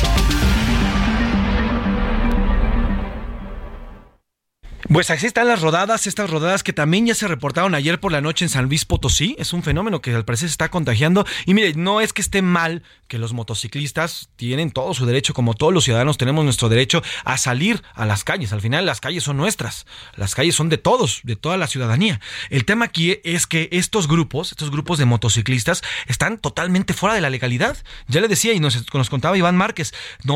Pues así están las rodadas, estas rodadas que también ya se reportaron ayer por la noche en San Luis Potosí. Es un fenómeno que al parecer se está contagiando. Y mire, no es que esté mal que los motociclistas tienen todo su derecho, como todos los ciudadanos tenemos nuestro derecho a salir a las calles. Al final las calles son nuestras, las calles son de todos, de toda la ciudadanía. El tema aquí es que estos grupos de motociclistas están totalmente fuera de la legalidad. Ya le decía y nos contaba Iván Márquez,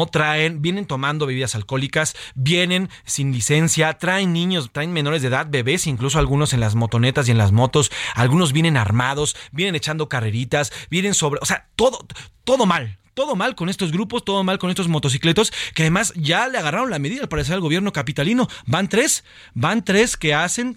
vienen tomando bebidas alcohólicas, vienen sin licencia, traen niños, traen menores de edad, bebés, incluso algunos en las motonetas y en las motos, algunos vienen armados, vienen echando carreritas, vienen o sea, todo mal. Todo mal con estos grupos, todo mal con estos motocicletos, que además ya le agarraron la medida al parecer al gobierno capitalino. Van tres que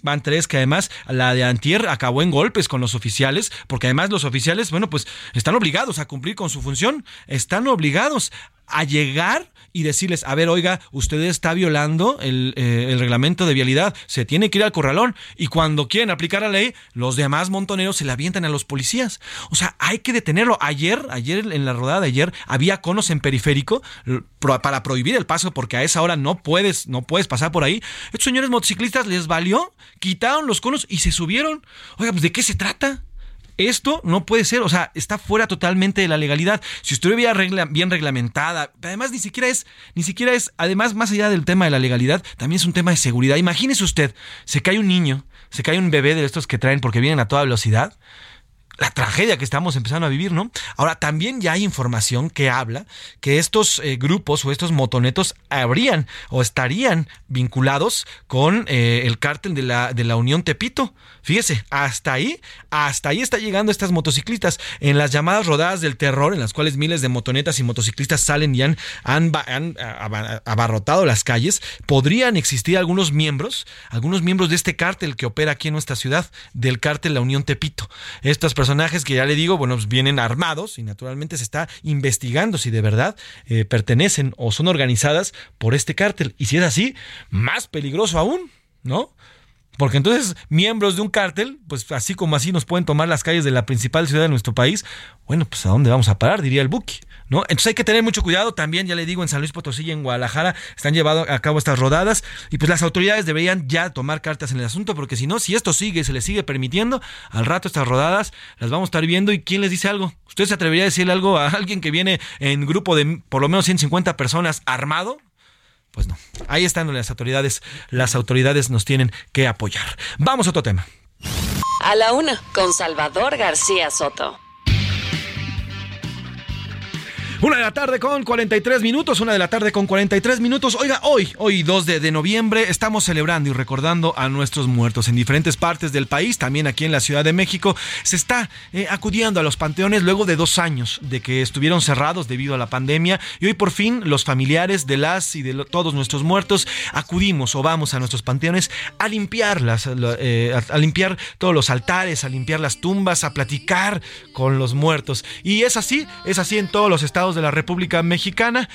además la de antier acabó en golpes con los oficiales, porque además los oficiales, pues están obligados a cumplir con su función, están obligados a llegar y decirles, a ver, oiga, usted está violando el reglamento de vialidad, se tiene que ir al corralón, y cuando quieren aplicar la ley, los demás montoneros se la avientan a los policías. O sea, hay que detenerlo. Ayer en la rodada de ayer había conos en periférico para prohibir el paso, porque a esa hora no puedes pasar por ahí. Estos señores motociclistas les valió, quitaron los conos y se subieron. Oiga, pues ¿de qué se trata? Esto no puede ser, o sea, está fuera totalmente de la legalidad. Si estuviera bien reglamentada, además ni siquiera es, además, más allá del tema de la legalidad, también es un tema de seguridad. Imagínese usted, se cae un niño, se cae un bebé de estos que traen porque vienen a toda velocidad. La tragedia que estamos empezando a vivir, ¿no? Ahora, también ya hay información que habla que estos grupos o estos motonetos habrían o estarían vinculados con el cártel de la Unión Tepito. Fíjese, hasta ahí está llegando estas motociclistas en las llamadas rodadas del terror, en las cuales miles de motonetas y motociclistas salen y han abarrotado las calles. Podrían existir algunos miembros de este cártel que opera aquí en nuestra ciudad, del cártel La Unión Tepito. Estas personajes que ya le digo, vienen armados y naturalmente se está investigando si de verdad pertenecen o son organizadas por este cártel. Y si es así, más peligroso aún, ¿no? Porque entonces miembros de un cártel, pues así como así nos pueden tomar las calles de la principal ciudad de nuestro país, bueno, pues ¿a dónde vamos a parar? Diría el Buki, ¿no? Entonces hay que tener mucho cuidado. También, ya le digo, en San Luis Potosí y en Guadalajara están llevando a cabo estas rodadas y pues las autoridades deberían ya tomar cartas en el asunto, porque si no, si esto sigue, se les sigue permitiendo, al rato estas rodadas las vamos a estar viendo. ¿Y quién les dice algo? ¿Usted se atrevería a decirle algo a alguien que viene en grupo de por lo menos 150 personas armado? Pues no, ahí están las autoridades nos tienen que apoyar. Vamos a otro tema. A la una, con Salvador García Soto. 1:43 con 43 minutos, 1:43 con 43 minutos. Oiga, hoy 2 de noviembre estamos celebrando y recordando a nuestros muertos. En diferentes partes del país, también aquí en la Ciudad de México, se está acudiendo a los panteones luego de 2 años de que estuvieron cerrados debido a la pandemia, y hoy por fin los familiares de las y de todos nuestros muertos acudimos o vamos a nuestros panteones a limpiarlas, a limpiar todos los altares, a limpiar las tumbas, a platicar con los muertos. Y es así en todos los estados de la República Mexicana,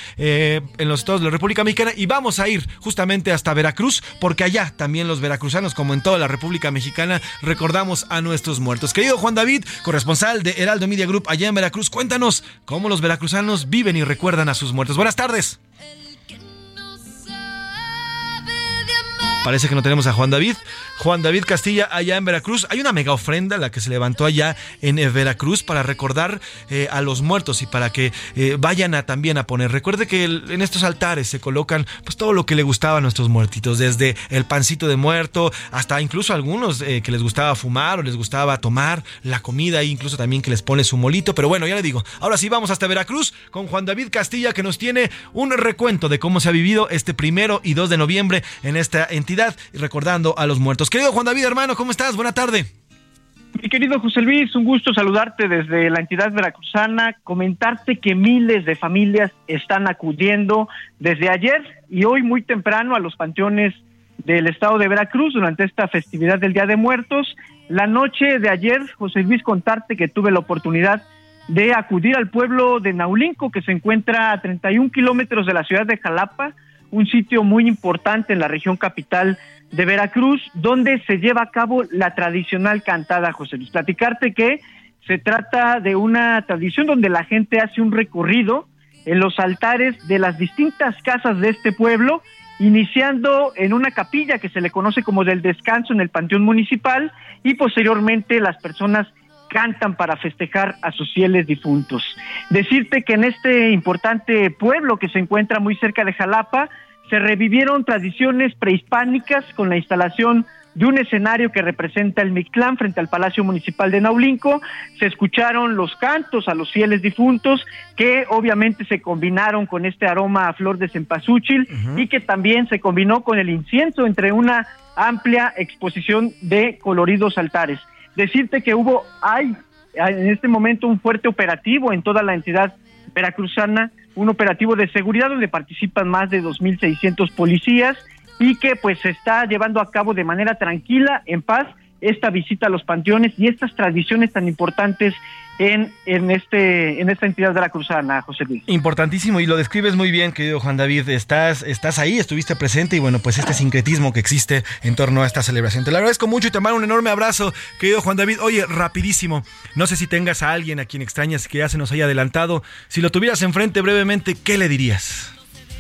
y vamos a ir justamente hasta Veracruz, porque allá también los veracruzanos, como en toda la República Mexicana, recordamos a nuestros muertos. Querido Juan David, corresponsal de Heraldo Media Group allá en Veracruz, cuéntanos cómo los veracruzanos viven y recuerdan a sus muertos. Buenas tardes. Parece que no tenemos a Juan David Castilla allá en Veracruz. Hay una mega ofrenda la que se levantó allá en Veracruz para recordar a los muertos y para que vayan también a poner. Recuerde que en estos altares se colocan pues todo lo que le gustaba a nuestros muertitos, desde el pancito de muerto hasta incluso algunos que les gustaba fumar o les gustaba tomar la comida, e incluso también que les pone su molito. Pero bueno, ya le digo, ahora sí vamos hasta Veracruz con Juan David Castilla, que nos tiene un recuento de cómo se ha vivido este 1 y 2 de noviembre en esta entidad, recordando a los muertos. Querido Juan David, hermano, ¿cómo estás? Buena tarde. Mi querido José Luis, un gusto saludarte desde la entidad veracruzana, comentarte que miles de familias están acudiendo desde ayer y hoy muy temprano a los panteones del estado de Veracruz durante esta festividad del Día de Muertos. La noche de ayer, José Luis, contarte que tuve la oportunidad de acudir al pueblo de Naulinco, que se encuentra a 31 kilómetros de la ciudad de Jalapa, un sitio muy importante en la región capital de Veracruz, donde se lleva a cabo la tradicional cantada, José Luis. Platicarte que se trata de una tradición donde la gente hace un recorrido en los altares de las distintas casas de este pueblo, iniciando en una capilla que se le conoce como del Descanso en el Panteón Municipal, y posteriormente las personas cantan para festejar a sus fieles difuntos. Decirte que en este importante pueblo que se encuentra muy cerca de Jalapa, se revivieron tradiciones prehispánicas con la instalación de un escenario que representa el Mictlán frente al Palacio Municipal de Naulinco. Se escucharon los cantos a los fieles difuntos, que obviamente se combinaron con este aroma a flor de cempasúchil, y que también se combinó con el incienso entre una amplia exposición de coloridos altares. Decirte que hay en este momento un fuerte operativo en toda la entidad veracruzana, un operativo de seguridad donde participan más de 2,600 policías, y que pues se está llevando a cabo de manera tranquila, en paz, esta visita a los panteones y estas tradiciones tan importantes en esta entidad veracruzana, José Luis. Importantísimo, y lo describes muy bien, querido Juan David. Estás ahí, estuviste presente, y bueno, pues este sincretismo que existe en torno a esta celebración. Te lo agradezco mucho y te mando un enorme abrazo, querido Juan David. Oye, rapidísimo, no sé si tengas a alguien a quien extrañas que ya se nos haya adelantado. Si lo tuvieras enfrente brevemente, ¿qué le dirías?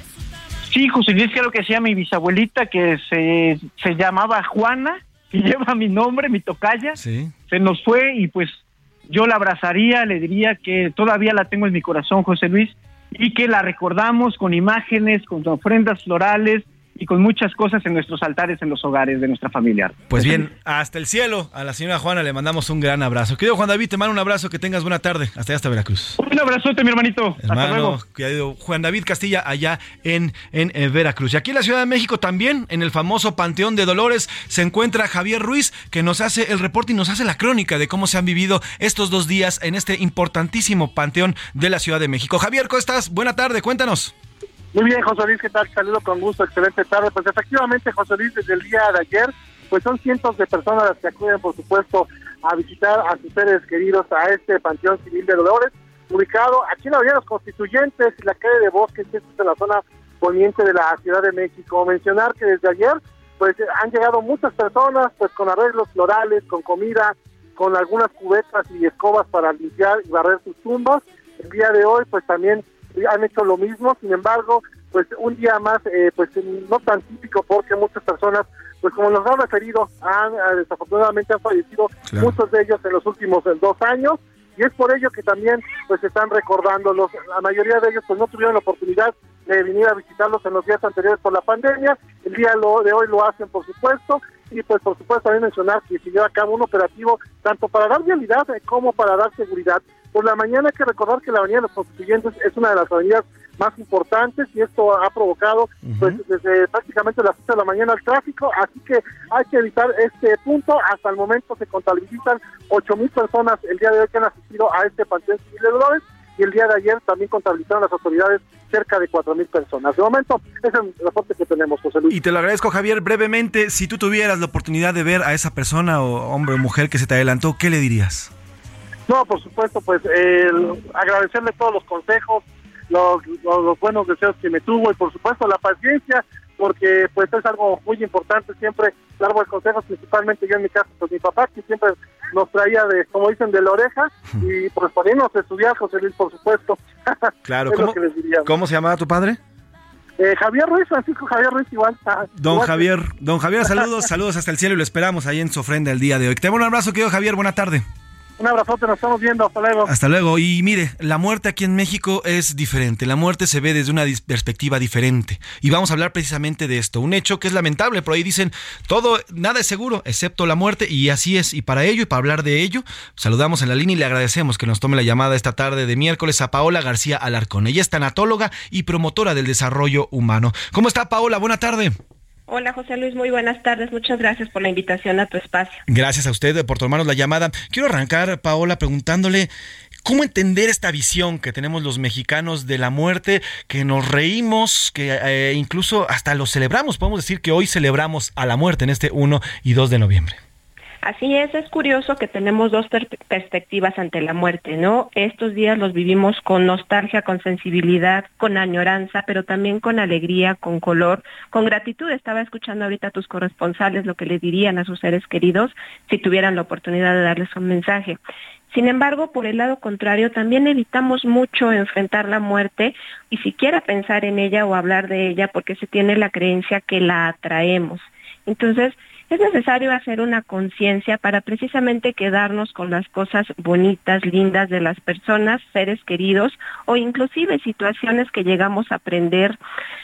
Sí, José Luis, creo que sea mi bisabuelita, que se llamaba Juana, que lleva mi nombre, mi tocaya. Sí. Se nos fue y pues yo la abrazaría, le diría que todavía la tengo en mi corazón, José Luis, y que la recordamos con imágenes, con ofrendas florales y con muchas cosas en nuestros altares, en los hogares de nuestra familia. Pues bien, hasta el cielo, a la señora Juana le mandamos un gran abrazo. Querido Juan David, te mando un abrazo, que tengas buena tarde. Hasta allá, hasta Veracruz. Un abrazote, mi hermanito. Hermano, hasta luego. Querido Juan David Castilla, allá en Veracruz. Y aquí en la Ciudad de México también, en el famoso Panteón de Dolores, se encuentra Javier Ruiz, que nos hace el reporte y nos hace la crónica de cómo se han vivido estos 2 días en este importantísimo Panteón de la Ciudad de México. Javier, ¿cómo estás? Buena tarde, cuéntanos. Muy bien, José Luis, ¿qué tal? Saludo con gusto, excelente tarde. Pues efectivamente, José Luis, desde el día de ayer, pues son cientos de personas las que acuden, por supuesto, a visitar a sus seres queridos a este Panteón Civil de Dolores, ubicado aquí en la Avenida de los Constituyentes y la calle de Bosques, que es en la zona poniente de la Ciudad de México. Mencionar que desde ayer pues han llegado muchas personas, pues con arreglos florales, con comida, con algunas cubetas y escobas para limpiar y barrer sus tumbas. El día de hoy, pues también han hecho lo mismo. Sin embargo, pues un día más, pues no tan típico, porque muchas personas, pues como nos han referido, desafortunadamente han fallecido, claro, muchos de ellos en los últimos 2 años, y es por ello que también pues están recordándolos. La mayoría de ellos pues no tuvieron la oportunidad de venir a visitarlos en los días anteriores por la pandemia. El día de hoy lo hacen, por supuesto, y pues por supuesto también mencionar que se lleva a cabo un operativo tanto para dar vialidad como para dar seguridad. Por la mañana hay que recordar que la Avenida de los Constituyentes es una de las avenidas más importantes, y esto ha provocado pues desde prácticamente las 7 de la mañana el tráfico, así que hay que evitar este punto. Hasta el momento se contabilizan 8,000 personas el día de hoy que han asistido a este Panteón Civil de Dolores, y el día de ayer también contabilizaron las autoridades cerca de 4,000 personas. De momento, ese es el reporte que tenemos, José Luis. Y te lo agradezco, Javier. Brevemente, si tú tuvieras la oportunidad de ver a esa persona, o hombre o mujer que se te adelantó, ¿qué le dirías? No, por supuesto, pues agradecerle todos los consejos, los buenos deseos que me tuvo, y por supuesto la paciencia, porque pues es algo muy importante siempre dar buenos consejos, principalmente yo en mi caso, pues mi papá, que siempre nos traía de, como dicen, de la oreja, y pues ponernos a estudiar, José Luis, por supuesto. Claro, ¿cómo se llamaba tu padre? Javier Ruiz, Francisco Javier Ruiz, igual. Don Javier, saludos hasta el cielo, y lo esperamos ahí en su ofrenda el día de hoy. Te mando un abrazo, querido Javier, buena tarde. Un abrazote, nos estamos viendo, hasta luego. Hasta luego. Y mire, la muerte aquí en México es diferente. La muerte se ve desde una perspectiva diferente. Y vamos a hablar precisamente de esto. Un hecho que es lamentable. Por ahí dicen, nada es seguro, excepto la muerte. Y así es. Y para ello, y para hablar de ello, saludamos en la línea y le agradecemos que nos tome la llamada esta tarde de miércoles a Paola García Alarcón. Ella es tanatóloga y promotora del desarrollo humano. ¿Cómo está, Paola? Buena tarde. Hola, José Luis, muy buenas tardes. Muchas gracias por la invitación a tu espacio. Gracias a usted por tomarnos la llamada. Quiero arrancar, Paola, preguntándole cómo entender esta visión que tenemos los mexicanos de la muerte, que nos reímos, que incluso hasta lo celebramos. Podemos decir que hoy celebramos a la muerte en este 1 y 2 de noviembre. Así es curioso que tenemos dos perspectivas ante la muerte, ¿no? Estos días los vivimos con nostalgia, con sensibilidad, con añoranza, pero también con alegría, con color, con gratitud. Estaba escuchando ahorita a tus corresponsales lo que le dirían a sus seres queridos si tuvieran la oportunidad de darles un mensaje. Sin embargo, por el lado contrario, también evitamos mucho enfrentar la muerte y siquiera pensar en ella o hablar de ella, porque se tiene la creencia que la atraemos. Entonces, es necesario hacer una conciencia para precisamente quedarnos con las cosas bonitas, lindas de las personas, seres queridos, o inclusive situaciones que llegamos a perder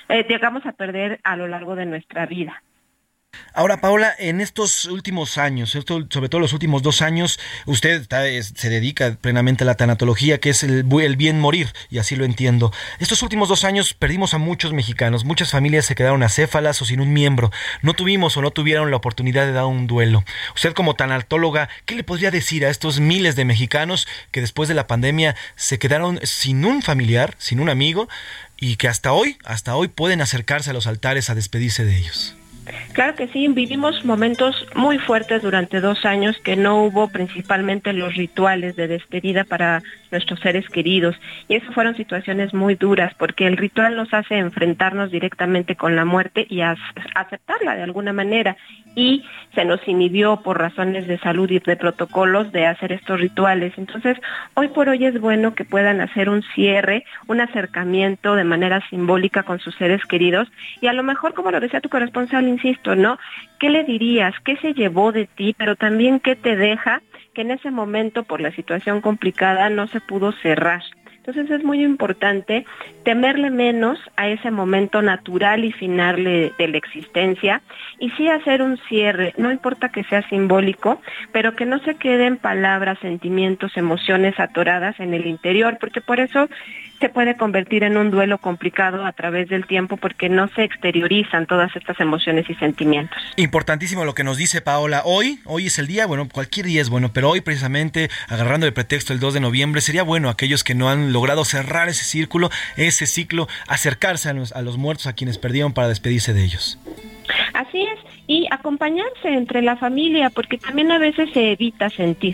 a lo largo de nuestra vida. Ahora, Paola, en estos últimos años, sobre todo los últimos 2 años, usted se dedica plenamente a la tanatología, que es el bien morir, y así lo entiendo. Estos últimos 2 años perdimos a muchos mexicanos, muchas familias se quedaron acéfalas o sin un miembro, no tuvieron la oportunidad de dar un duelo. Usted, como tanatóloga, ¿qué le podría decir a estos miles de mexicanos que después de la pandemia se quedaron sin un familiar, sin un amigo, y que hasta hoy pueden acercarse a los altares a despedirse de ellos? Claro que sí, vivimos momentos muy fuertes durante 2 años que no hubo principalmente los rituales de despedida para nuestros seres queridos, y eso fueron situaciones muy duras porque el ritual nos hace enfrentarnos directamente con la muerte y aceptarla de alguna manera, y se nos inhibió por razones de salud y de protocolos de hacer estos rituales. Entonces, hoy por hoy es bueno que puedan hacer un cierre, un acercamiento de manera simbólica con sus seres queridos, y a lo mejor, como lo decía tu corresponsal, insisto, ¿no? ¿Qué le dirías? ¿Qué se llevó de ti? Pero también, ¿qué te deja? Que en ese momento, por la situación complicada, no se pudo cerrar. Entonces es muy importante temerle menos a ese momento natural y final de la existencia, y sí hacer un cierre, no importa que sea simbólico, pero que no se queden palabras, sentimientos, emociones atoradas en el interior, porque por eso se puede convertir en un duelo complicado a través del tiempo, porque no se exteriorizan todas estas emociones y sentimientos. Importantísimo lo que nos dice Paola. Hoy es el día, bueno, cualquier día es bueno, pero hoy precisamente, agarrando de pretexto el 2 de noviembre, sería bueno aquellos que no han logrado cerrar ese círculo, ese ciclo, acercarse a los muertos, a quienes perdieron, para despedirse de ellos. Así es, y acompañarse entre la familia, porque también a veces se evita sentir.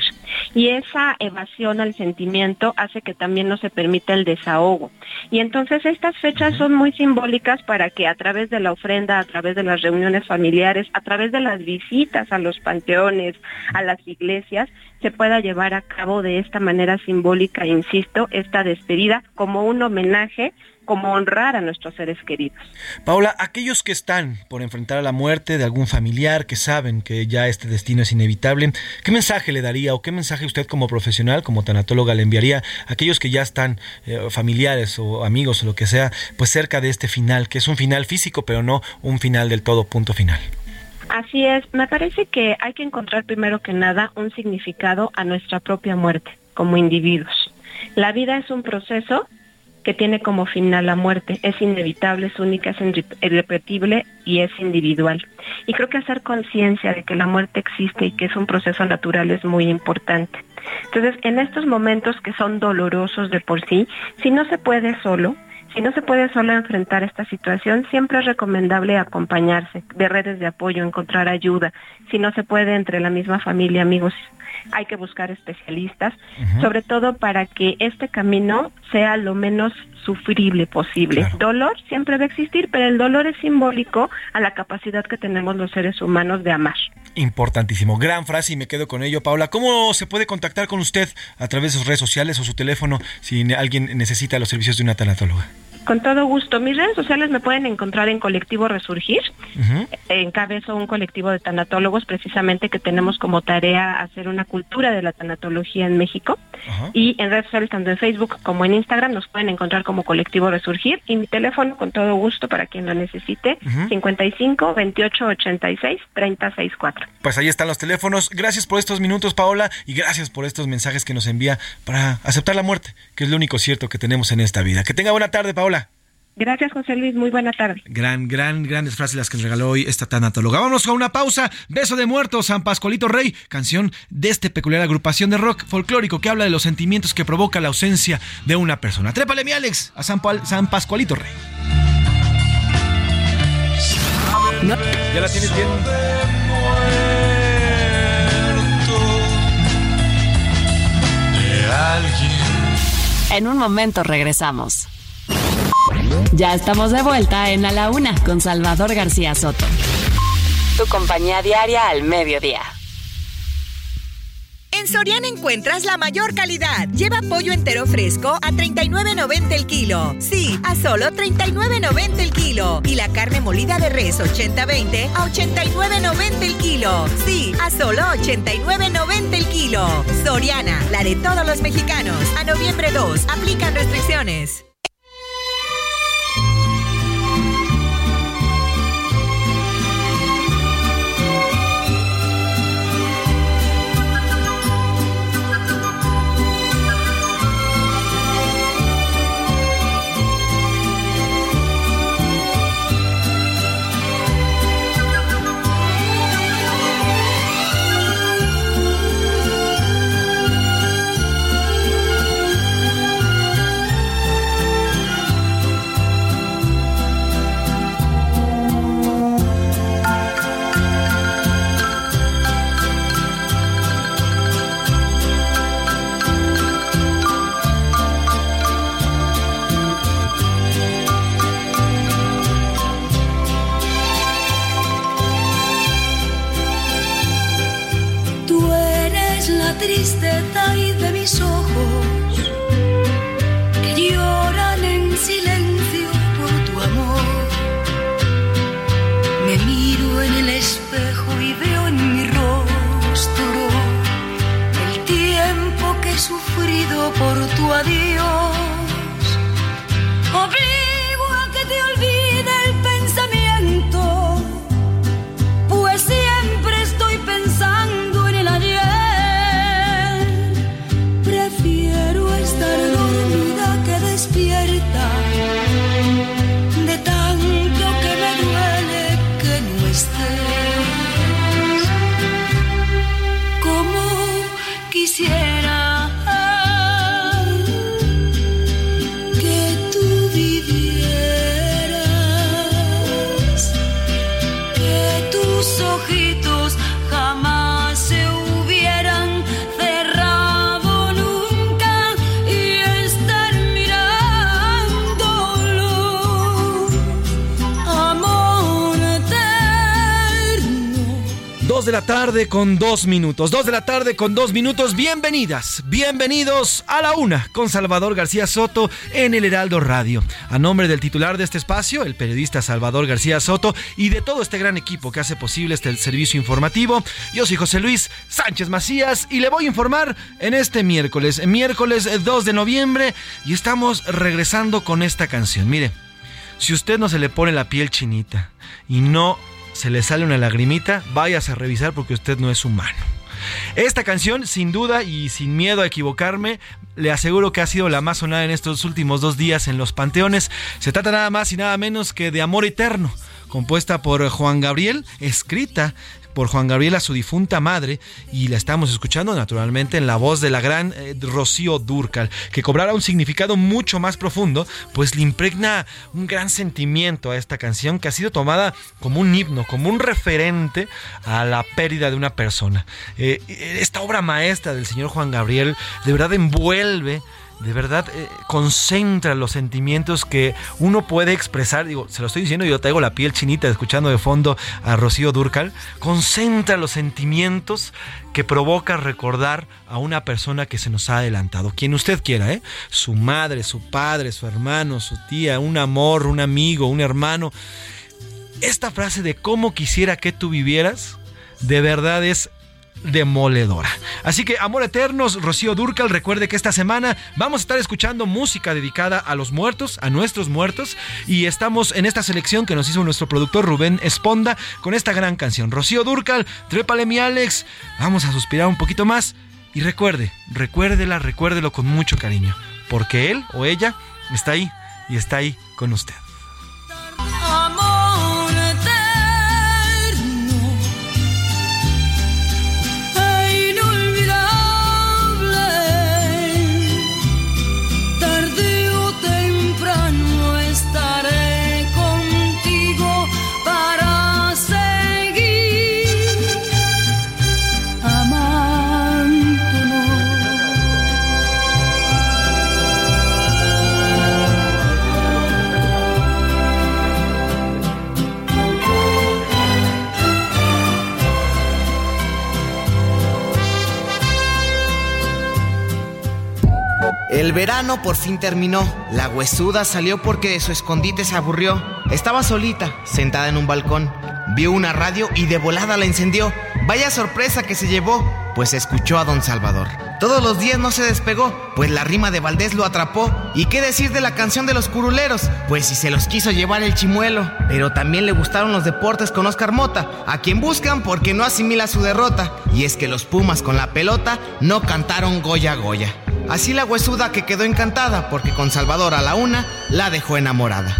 y esa evasión al sentimiento hace que también no se permita el desahogo. Y entonces estas fechas son muy simbólicas para que a través de la ofrenda, a través de las reuniones familiares, a través de las visitas a los panteones, a las iglesias, se pueda llevar a cabo de esta manera simbólica, insisto, esta despedida como un homenaje, como honrar a nuestros seres queridos. Paola, aquellos que están por enfrentar a la muerte de algún familiar, que saben que ya este destino es inevitable, ¿qué mensaje le daría o qué mensaje usted como profesional, como tanatóloga, le enviaría a aquellos que ya están familiares o amigos o lo que sea, pues cerca de este final, que es un final físico, pero no un final del todo, punto final? Así es, me parece que hay que encontrar primero que nada un significado a nuestra propia muerte como individuos. La vida es un proceso que tiene como final la muerte, es inevitable, es única, es irrepetible y es individual. Y creo que hacer conciencia de que la muerte existe y que es un proceso natural es muy importante. Entonces, en estos momentos que son dolorosos de por sí, si no se puede solo enfrentar esta situación, siempre es recomendable acompañarse de redes de apoyo, encontrar ayuda. Si no se puede entre la misma familia, amigos, hay que buscar especialistas, sobre todo para que este camino sea lo menos sufrible posible. Claro. Dolor siempre va a existir, pero el dolor es simbólico a la capacidad que tenemos los seres humanos de amar. Importantísimo, gran frase y me quedo con ello. Paola, ¿cómo se puede contactar con usted a través de sus redes sociales o su teléfono si alguien necesita los servicios de una tanatóloga? Con todo gusto. Mis redes sociales me pueden encontrar en Colectivo Resurgir. Encabezo un colectivo de tanatólogos precisamente que tenemos como tarea hacer una cultura de la tanatología en México. Y en redes sociales, tanto en Facebook como en Instagram, nos pueden encontrar como Colectivo Resurgir. Y mi teléfono, con todo gusto, para quien lo necesite, 55 28 86 30 64. Pues ahí están los teléfonos. Gracias por estos minutos, Paola, y gracias por estos mensajes que nos envía para aceptar la muerte, que es lo único cierto que tenemos en esta vida. Que tenga buena tarde, Paola. Gracias, José Luis. Muy buena tarde. Grandes frases las que nos regaló hoy esta tanatóloga. Vámonos a una pausa. Beso de muerto, San Pascualito Rey, canción de esta peculiar agrupación de rock folclórico que habla de los sentimientos que provoca la ausencia de una persona. Trépale, mi Alex, a San Pascualito Rey. No. ¿Ya la tienes bien? En un momento regresamos. Ya estamos de vuelta en A la Una con Salvador García Soto. Tu compañía diaria al mediodía. En Soriana encuentras la mayor calidad. Lleva pollo entero fresco a $39.90 el kilo. Sí, a solo $39.90 el kilo. Y la carne molida de res 80-20 a $89.90 el kilo. Sí, a solo $89.90 el kilo. Soriana, la de todos los mexicanos. A noviembre 2, aplican restricciones. Tristeza y de mis ojos que lloran en silencio por tu amor. Me miro en el espejo y veo en mi rostro el tiempo que he sufrido por tu adiós. Obligo a que te olvide el pensamiento, pues siempre estoy pensando en el ayer. Prefiero estar dormida que despierta, de tanto que me duele que no estés. Como quisiera de la tarde con 2 minutos. 2 de la tarde con 2 minutos. Bienvenidas, bienvenidos a La Una con Salvador García Soto en el Heraldo Radio. A nombre del titular de este espacio, el periodista Salvador García Soto, y de todo este gran equipo que hace posible este servicio informativo, yo soy José Luis Sánchez Macías y le voy a informar en este miércoles 2 de noviembre, y estamos regresando con esta canción. Mire, si usted no se le pone la piel chinita y no se le sale una lagrimita, váyase a revisar porque usted no es humano. Esta canción, sin duda y sin miedo a equivocarme, le aseguro que ha sido la más sonada en estos últimos 2 días en los panteones. Se trata nada más y nada menos que de Amor Eterno, compuesta por Juan Gabriel, escrita por Juan Gabriel a su difunta madre, y la estamos escuchando naturalmente en la voz de la gran Rocío Dúrcal, que cobrará un significado mucho más profundo, pues le impregna un gran sentimiento a esta canción, que ha sido tomada como un himno, como un referente a la pérdida de una persona. Esta obra maestra del señor Juan Gabriel de verdad envuelve, de verdad concentra los sentimientos que uno puede expresar. Digo, se lo estoy diciendo, yo traigo la piel chinita escuchando de fondo a Rocío Dúrcal. Concentra los sentimientos que provoca recordar a una persona que se nos ha adelantado, quien usted quiera, su madre, su padre, su hermano, su tía, un amor, un amigo, un hermano. Esta frase de cómo quisiera que tú vivieras, de verdad es demoledora. Así que Amor Eternos, Rocío Dúrcal. Recuerde que esta semana vamos a estar escuchando música dedicada a los muertos, a nuestros muertos, y estamos en esta selección que nos hizo nuestro productor Rubén Esponda con esta gran canción. Rocío Dúrcal, trépale mi Alex. Vamos a suspirar un poquito más y recuérdelo con mucho cariño, porque él o ella está ahí y está ahí con usted. El verano por fin terminó. La huesuda salió porque de su escondite se aburrió. Estaba solita, sentada en un balcón. Vio una radio y de volada la encendió. Vaya sorpresa que se llevó, pues escuchó a Don Salvador. Todos los días no se despegó, pues la rima de Valdés lo atrapó. ¿Y qué decir de la canción de los curuleros? Pues si se los quiso llevar el chimuelo. Pero también le gustaron los deportes con Oscar Mota, a quien buscan porque no asimila su derrota. Y es que los Pumas con la pelota no cantaron Goya Goya. Así la huesuda que quedó encantada, porque con Salvador a la una la dejó enamorada.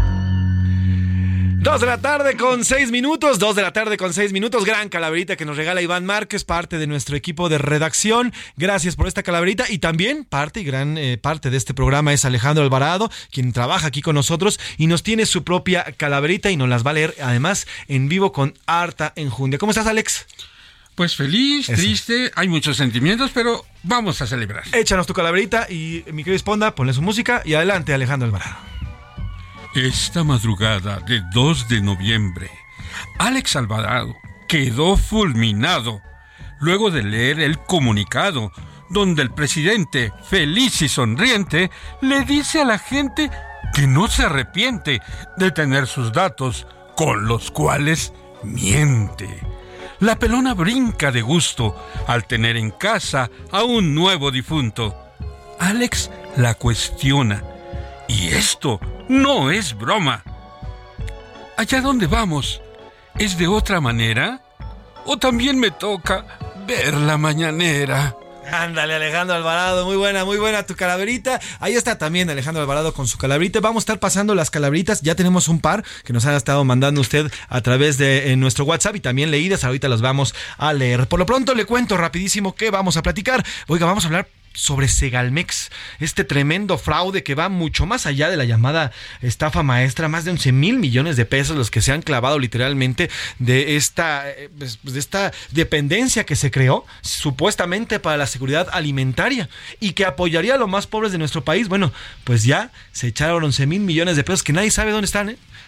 2 de la tarde con 6 minutos, 2 de la tarde con 6 minutos. Gran calaverita que nos regala Iván Márquez, parte de nuestro equipo de redacción. Gracias por esta calaverita. Y también parte de este programa es Alejandro Alvarado, quien trabaja aquí con nosotros y nos tiene su propia calaverita y nos las va a leer además en vivo con harta enjundia. ¿Cómo estás, Alex? Pues feliz, triste, hay muchos sentimientos, pero vamos a celebrar. Échanos tu calaverita y mi querido Esponda, ponle su música y adelante, Alejandro Alvarado. Esta madrugada de 2 de noviembre, Alex Alvarado quedó fulminado luego de leer el comunicado donde el presidente, feliz y sonriente, le dice a la gente que no se arrepiente de tener sus datos, con los cuales miente. La pelona brinca de gusto al tener en casa a un nuevo difunto. Alex la cuestiona. Y esto no es broma. ¿Allá donde vamos es de otra manera? ¿O también me toca ver la mañanera? Ándale, Alejandro Alvarado, muy buena tu calaverita. Ahí está también Alejandro Alvarado con su calaverita. Vamos a estar pasando las calaveritas, ya tenemos un par que nos ha estado mandando usted a través de nuestro WhatsApp y también leídas, ahorita las vamos a leer. Por lo pronto le cuento rapidísimo qué vamos a platicar. Oiga, vamos a hablar sobre Segalmex, este tremendo fraude que va mucho más allá de la llamada estafa maestra. Más de 11,000 millones de pesos los que se han clavado literalmente de esta dependencia que se creó supuestamente para la seguridad alimentaria y que apoyaría a los más pobres de nuestro país. Bueno, pues ya se echaron 11,000 millones de pesos que nadie sabe dónde están,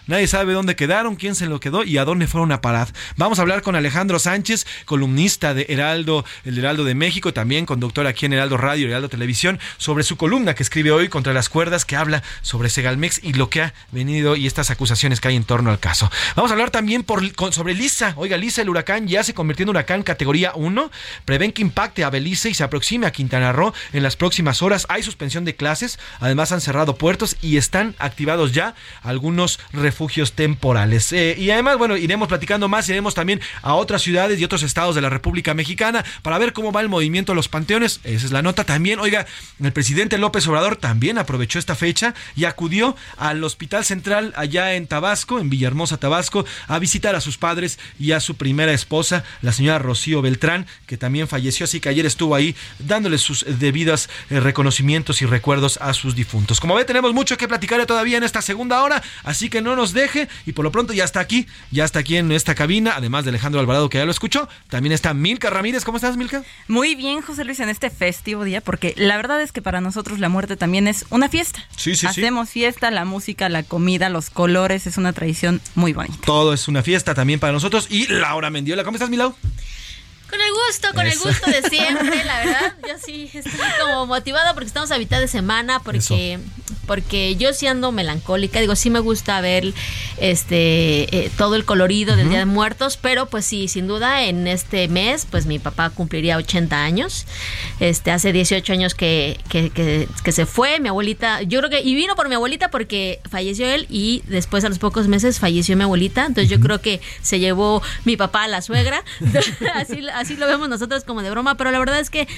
Nadie sabe dónde quedaron, quién se lo quedó y a dónde fueron a parar. Vamos a hablar con Alejandro Sánchez, columnista de el Heraldo de México, también conductor aquí en Heraldo Radio, Heraldo Televisión, sobre su columna que escribe hoy Contra las Cuerdas, que habla sobre Segalmex y lo que ha venido y estas acusaciones que hay en torno al caso. Vamos a hablar también sobre Lisa. Oiga, Lisa, el huracán ya se convirtió en huracán categoría 1. Prevén que impacte a Belice y se aproxime a Quintana Roo en las próximas horas. Hay suspensión de clases, además han cerrado puertos y están activados ya algunos refugios temporales. Y además, bueno, iremos platicando más, iremos también a otras ciudades y otros estados de la República Mexicana para ver cómo va el movimiento de los panteones. Esa es la nota también. Oiga, el presidente López Obrador también aprovechó esta fecha y acudió al Hospital Central allá en Tabasco, en Villahermosa, Tabasco, a visitar a sus padres y a su primera esposa, la señora Rocío Beltrán, que también falleció, así que ayer estuvo ahí dándole sus debidas reconocimientos y recuerdos a sus difuntos. Como ve, tenemos mucho que platicar todavía en esta segunda hora, así que no nos deje, y por lo pronto ya está aquí en esta cabina, además de Alejandro Alvarado, que ya lo escuchó, también está Milka Ramírez. ¿Cómo estás, Milka? Muy bien, José Luis, en este festivo día, porque la verdad es que para nosotros la muerte también es una fiesta. Sí. Hacemos fiesta, la música, la comida, los colores, es una tradición muy bonita. Todo es una fiesta también para nosotros. Y Laura Mendiola, ¿cómo estás, Milau? Con el gusto de siempre, la verdad. Yo sí estoy como motivada porque estamos a mitad de semana, porque yo sí ando melancólica. Digo, sí me gusta ver todo el colorido del Día de Muertos, pero pues sí, sin duda en este mes, pues mi papá cumpliría 80 años. Hace 18 años que se fue, mi abuelita, yo creo que, y vino por mi abuelita porque falleció él y después a los pocos meses falleció mi abuelita. Entonces yo creo que se llevó mi papá a la suegra. Así lo vemos nosotros como de broma, pero la verdad es que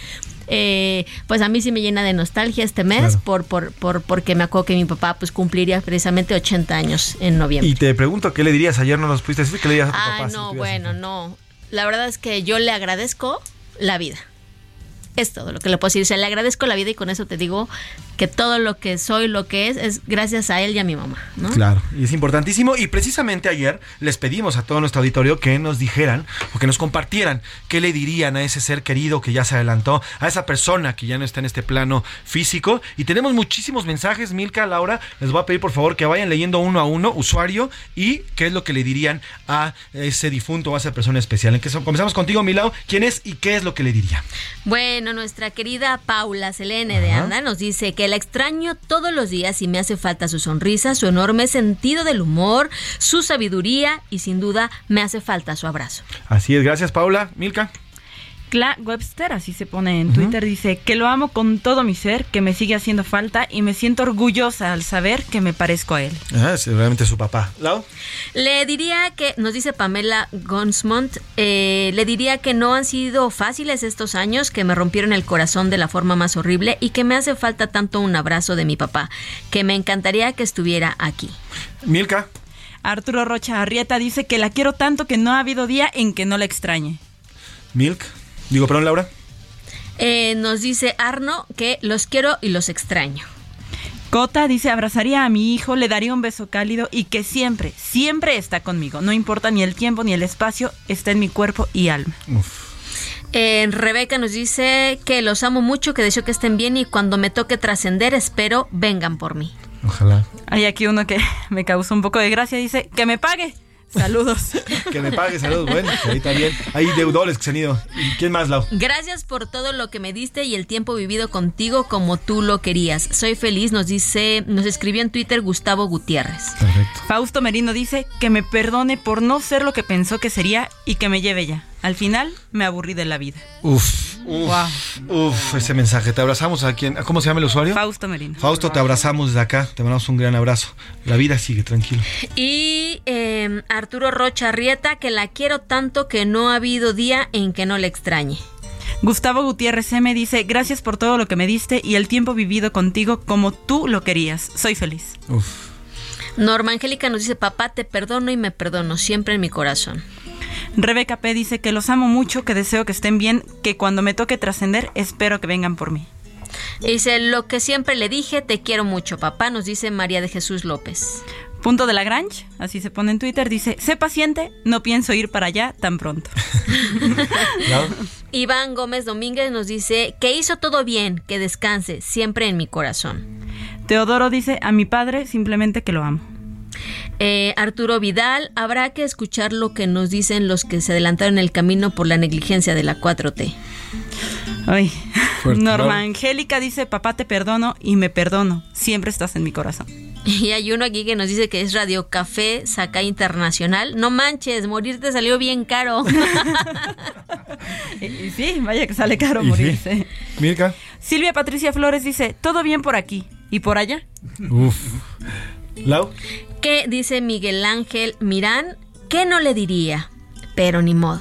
pues a mí sí me llena de nostalgia este mes, claro, porque me acuerdo que mi papá pues cumpliría precisamente 80 años en noviembre. Y te pregunto, ¿qué le dirías? Ayer no nos pudiste decir, ¿qué le dirías a tu papá? No, bueno, no. La verdad es que yo le agradezco la vida. Es todo lo que le puedo decir. O sea, le agradezco la vida y con eso te digo que todo lo que soy, lo que es gracias a él y a mi mamá, ¿no? Claro, y es importantísimo. Y precisamente ayer les pedimos a todo nuestro auditorio que nos dijeran o que nos compartieran qué le dirían a ese ser querido que ya se adelantó, a esa persona que ya no está en este plano físico. Y tenemos muchísimos mensajes, Milka, Laura. Les voy a pedir por favor que vayan leyendo uno a uno, usuario, y qué es lo que le dirían a ese difunto o a esa persona especial. Comenzamos contigo, Milau. ¿Quién es y qué es lo que le diría? Bueno, nuestra querida Paula Selene de Anda nos dice que la extraño todos los días y me hace falta su sonrisa, su enorme sentido del humor, su sabiduría y sin duda me hace falta su abrazo. Así es, gracias Paula. Milka. Cla Webster, así se pone en Twitter, dice que lo amo con todo mi ser, que me sigue haciendo falta y me siento orgullosa al saber que me parezco a él. Seguramente su papá. ¿Lau? Le diría que, nos dice Pamela Gonsmont, le diría que no han sido fáciles estos años, que me rompieron el corazón de la forma más horrible y que me hace falta tanto un abrazo de mi papá, que me encantaría que estuviera aquí. Milka. Arturo Rocha Arrieta dice que la quiero tanto que no ha habido día en que no la extrañe. Perdón, Laura. Nos dice Arno que los quiero y los extraño. Cota dice, abrazaría a mi hijo, le daría un beso cálido y que siempre, siempre está conmigo. No importa ni el tiempo ni el espacio, está en mi cuerpo y alma. Rebeca nos dice que los amo mucho, que deseo que estén bien y cuando me toque trascender, espero vengan por mí. Ojalá. Hay aquí uno que me causó un poco de gracia, dice, que me pague. Saludos. Que me pague, saludos. Bueno, ahí está bien. Hay deudores que se han ido. ¿Y quién más, Lau? Gracias por todo lo que me diste y el tiempo vivido contigo como tú lo querías. Soy feliz, nos escribió en Twitter Gustavo Gutiérrez. Perfecto. Fausto Merino dice que me perdone por no ser lo que pensó que sería y que me lleve ya. Al final me aburrí de la vida. Ese mensaje. Te abrazamos a quien. ¿Cómo se llama el usuario? Fausto Merino. Fausto, te abrazamos desde acá. Te mandamos un gran abrazo. La vida sigue, tranquilo. Y Arturo Rocha Arrieta, que la quiero tanto que no ha habido día en que no le extrañe. Gustavo Gutiérrez M. dice, gracias por todo lo que me diste y el tiempo vivido contigo como tú lo querías. Soy feliz. Norma Angélica nos dice, papá, te perdono y me perdono siempre en mi corazón. Rebeca P. dice que los amo mucho, que deseo que estén bien, que cuando me toque trascender, espero que vengan por mí. Dice, lo que siempre le dije, te quiero mucho, papá, nos dice María de Jesús López. Punto de Lagrange, así se pone en Twitter, dice, sé paciente, no pienso ir para allá tan pronto. ¿No? Iván Gómez Domínguez nos dice, que hizo todo bien, que descanse, siempre en mi corazón. Teodoro dice, a mi padre, simplemente que lo amo. Arturo Vidal, habrá que escuchar lo que nos dicen los que se adelantaron el camino por la negligencia de la 4T. Ay. Fuerte, Norma ¿no? Angélica dice, papá, te perdono y me perdono. Siempre estás en mi corazón. Y hay uno aquí que nos dice que es Radio Café Sacay Internacional. No manches, morir te salió bien caro. Y sí, vaya que sale caro morirse. Sí. Mirka. Silvia Patricia Flores dice, todo bien por aquí. ¿Y por allá? Uf. Lau. ¿Qué dice Miguel Ángel Mirán? ¿Qué no le diría? Pero ni modo.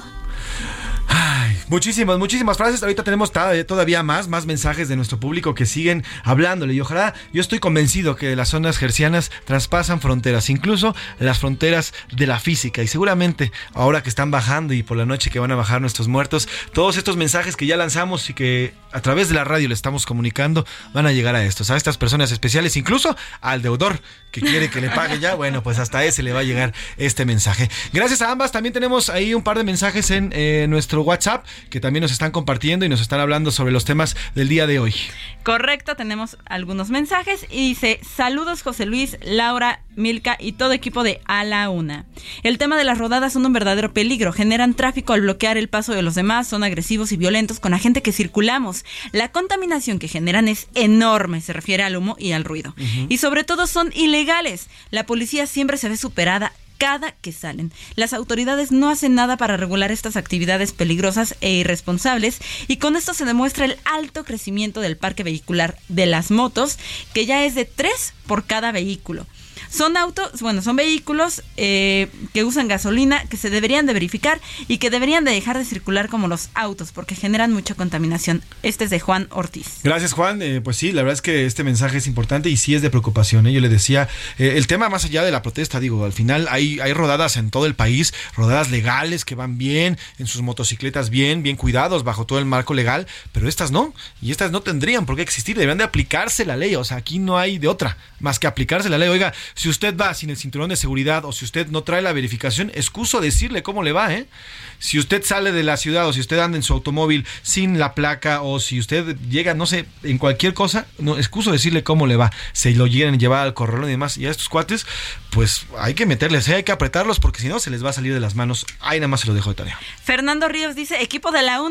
Muchísimas frases. Ahorita tenemos todavía más mensajes de nuestro público que siguen hablándole. Y ojalá, yo estoy convencido que las zonas hertzianas traspasan fronteras, incluso las fronteras de la física. Y seguramente ahora que están bajando y por la noche que van a bajar nuestros muertos, todos estos mensajes que ya lanzamos y que a través de la radio le estamos comunicando van a llegar a estas personas especiales, incluso al deudor que quiere que le pague ya. Bueno, pues hasta ese le va a llegar este mensaje. Gracias a ambas. También tenemos ahí un par de mensajes en nuestro WhatsApp que también nos están compartiendo y nos están hablando sobre los temas del día de hoy. Correcto, tenemos algunos mensajes y dice, saludos José Luis, Laura, Milka y todo equipo de A la Una. El tema de las rodadas son un verdadero peligro, generan tráfico al bloquear el paso de los demás, son agresivos y violentos con la gente que circulamos. La contaminación que generan es enorme, se refiere al humo y al ruido. Y sobre todo son ilegales. La policía siempre se ve superada cada que salen. Las autoridades no hacen nada para regular estas actividades peligrosas e irresponsables y con esto se demuestra el alto crecimiento del parque vehicular de las motos, que ya es de 3 por cada vehículo. Son vehículos que usan gasolina, que se deberían de verificar y que deberían de dejar de circular como los autos porque generan mucha contaminación. Este es de Juan Ortiz. Gracias, Juan. Pues sí, la verdad es que este mensaje es importante y sí es de preocupación. Yo le decía, el tema más allá de la protesta, al final hay rodadas en todo el país, rodadas legales que van bien, en sus motocicletas bien cuidados, bajo todo el marco legal, pero estas no, y estas no tendrían por qué existir, deberían de aplicarse la ley. O sea, aquí no hay de otra más que aplicarse la ley. Oiga, si usted va sin el cinturón de seguridad o si usted no trae la verificación, excuso decirle cómo le va, Si usted sale de la ciudad o si usted anda en su automóvil sin la placa o si usted llega, no sé, en cualquier cosa, no, excuso decirle cómo le va. Se lo quieren llevar al corralón y demás. Y a estos cuates, pues hay que meterles, hay que apretarlos porque si no se les va a salir de las manos. Ahí nada más se lo dejo de tarea. Fernando Ríos dice, equipo de la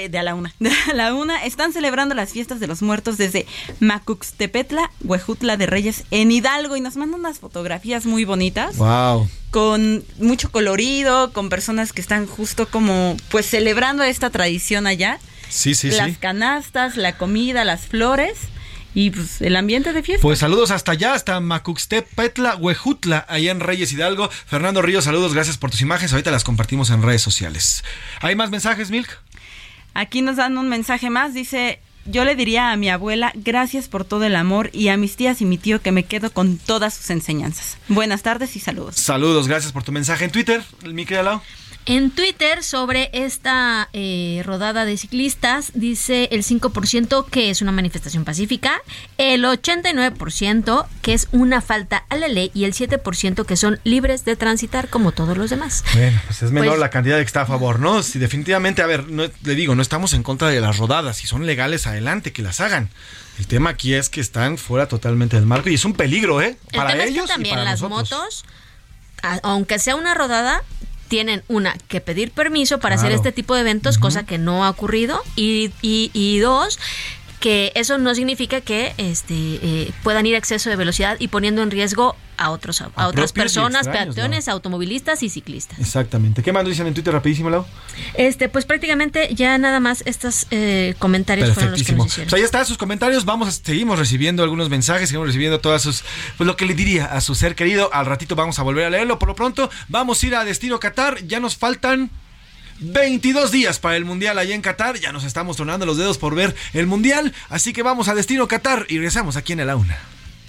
UNA están celebrando las fiestas de los muertos desde Macuxtepetla, Huejutla de Reyes en Hidalgo y nos mandan unas fotografías muy bonitas. Wow. Con mucho colorido, con personas que están justo como pues celebrando esta tradición allá. Sí. Las canastas, la comida, las flores y pues el ambiente de fiesta. Pues saludos hasta allá, hasta Macuxtepetla, Huejutla, allá en Reyes Hidalgo. Fernando Ríos, saludos, gracias por tus imágenes. Ahorita las compartimos en redes sociales. ¿Hay más mensajes, Milk? Aquí nos dan un mensaje más, dice... Yo le diría a mi abuela, gracias por todo el amor y a mis tías y mi tío que me quedo con todas sus enseñanzas. Buenas tardes y saludos. Saludos, gracias por tu mensaje. En Twitter, mi querida Lau. En Twitter, sobre esta rodada de ciclistas, dice el 5% que es una manifestación pacífica, el 89% que es una falta a la ley y el 7% que son libres de transitar como todos los demás. Bueno, pues es menor la cantidad de que está a favor, ¿no? Si definitivamente, a ver, no estamos en contra de las rodadas. Si son legales, adelante, que las hagan. El tema aquí es que están fuera totalmente del marco y es un peligro, para ellos y también para las nosotros. Motos, aunque sea una rodada, tienen que pedir permiso para hacer este tipo de eventos, cosa que no ha ocurrido, y dos, que eso no significa que puedan ir a exceso de velocidad y poniendo en riesgo a otras personas, peatones, automovilistas y ciclistas. Exactamente. ¿Qué más dicen en Twitter rapidísimo, Lau? Pues prácticamente ya nada más estos comentarios fueron los que nos hicieron. Pues ahí están sus comentarios. Seguimos recibiendo algunos mensajes, seguimos recibiendo todas sus, pues lo que le diría a su ser querido. Al ratito vamos a volver a leerlo. Por lo pronto, vamos a ir a Destino Qatar. Ya nos faltan 22 días para el Mundial allá en Qatar. Ya nos estamos tronando los dedos por ver el Mundial. Así que vamos a Destino Qatar y regresamos aquí en A la Una.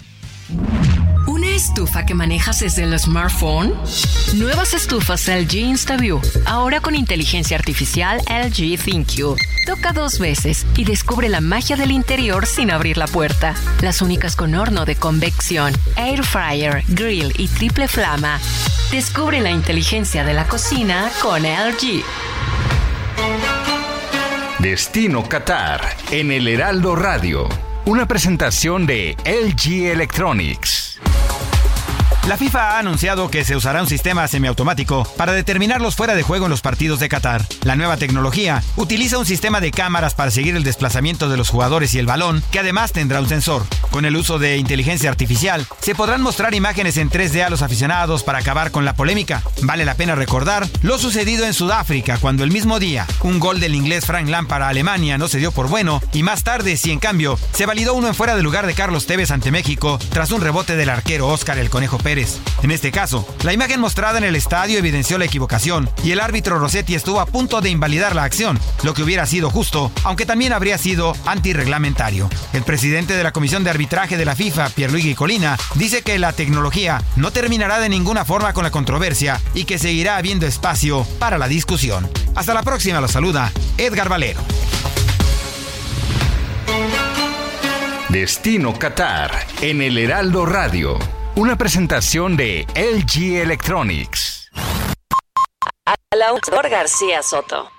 ¿Una estufa que manejas desde el smartphone? Nuevas estufas LG InstaView, ahora con inteligencia artificial LG ThinQ. Toca 2 veces y descubre la magia del interior sin abrir la puerta. Las únicas con horno de convección, air fryer, grill y triple flama. Descubre la inteligencia de la cocina con LG. Destino Qatar en el Heraldo Radio. Una presentación de LG Electronics. La FIFA ha anunciado que se usará un sistema semiautomático para determinar los fuera de juego en los partidos de Qatar. La nueva tecnología utiliza un sistema de cámaras para seguir el desplazamiento de los jugadores y el balón, que además tendrá un sensor. Con el uso de inteligencia artificial, se podrán mostrar imágenes en 3D a los aficionados para acabar con la polémica. Vale la pena recordar lo sucedido en Sudáfrica, cuando el mismo día un gol del inglés Frank Lampard a Alemania no se dio por bueno, y más tarde, sí, en cambio, se validó uno en fuera de lugar de Carlos Tevez ante México tras un rebote del arquero Óscar El Conejo Pérez. En este caso, la imagen mostrada en el estadio evidenció la equivocación y el árbitro Rossetti estuvo a punto de invalidar la acción, lo que hubiera sido justo, aunque también habría sido antirreglamentario. El presidente de la Comisión de Arbitraje de la FIFA, Pierluigi Collina, dice que la tecnología no terminará de ninguna forma con la controversia y que seguirá habiendo espacio para la discusión. Hasta la próxima, los saluda Edgar Valero. Destino Qatar en el Heraldo Radio. Una presentación de LG Electronics. Salvador García Soto.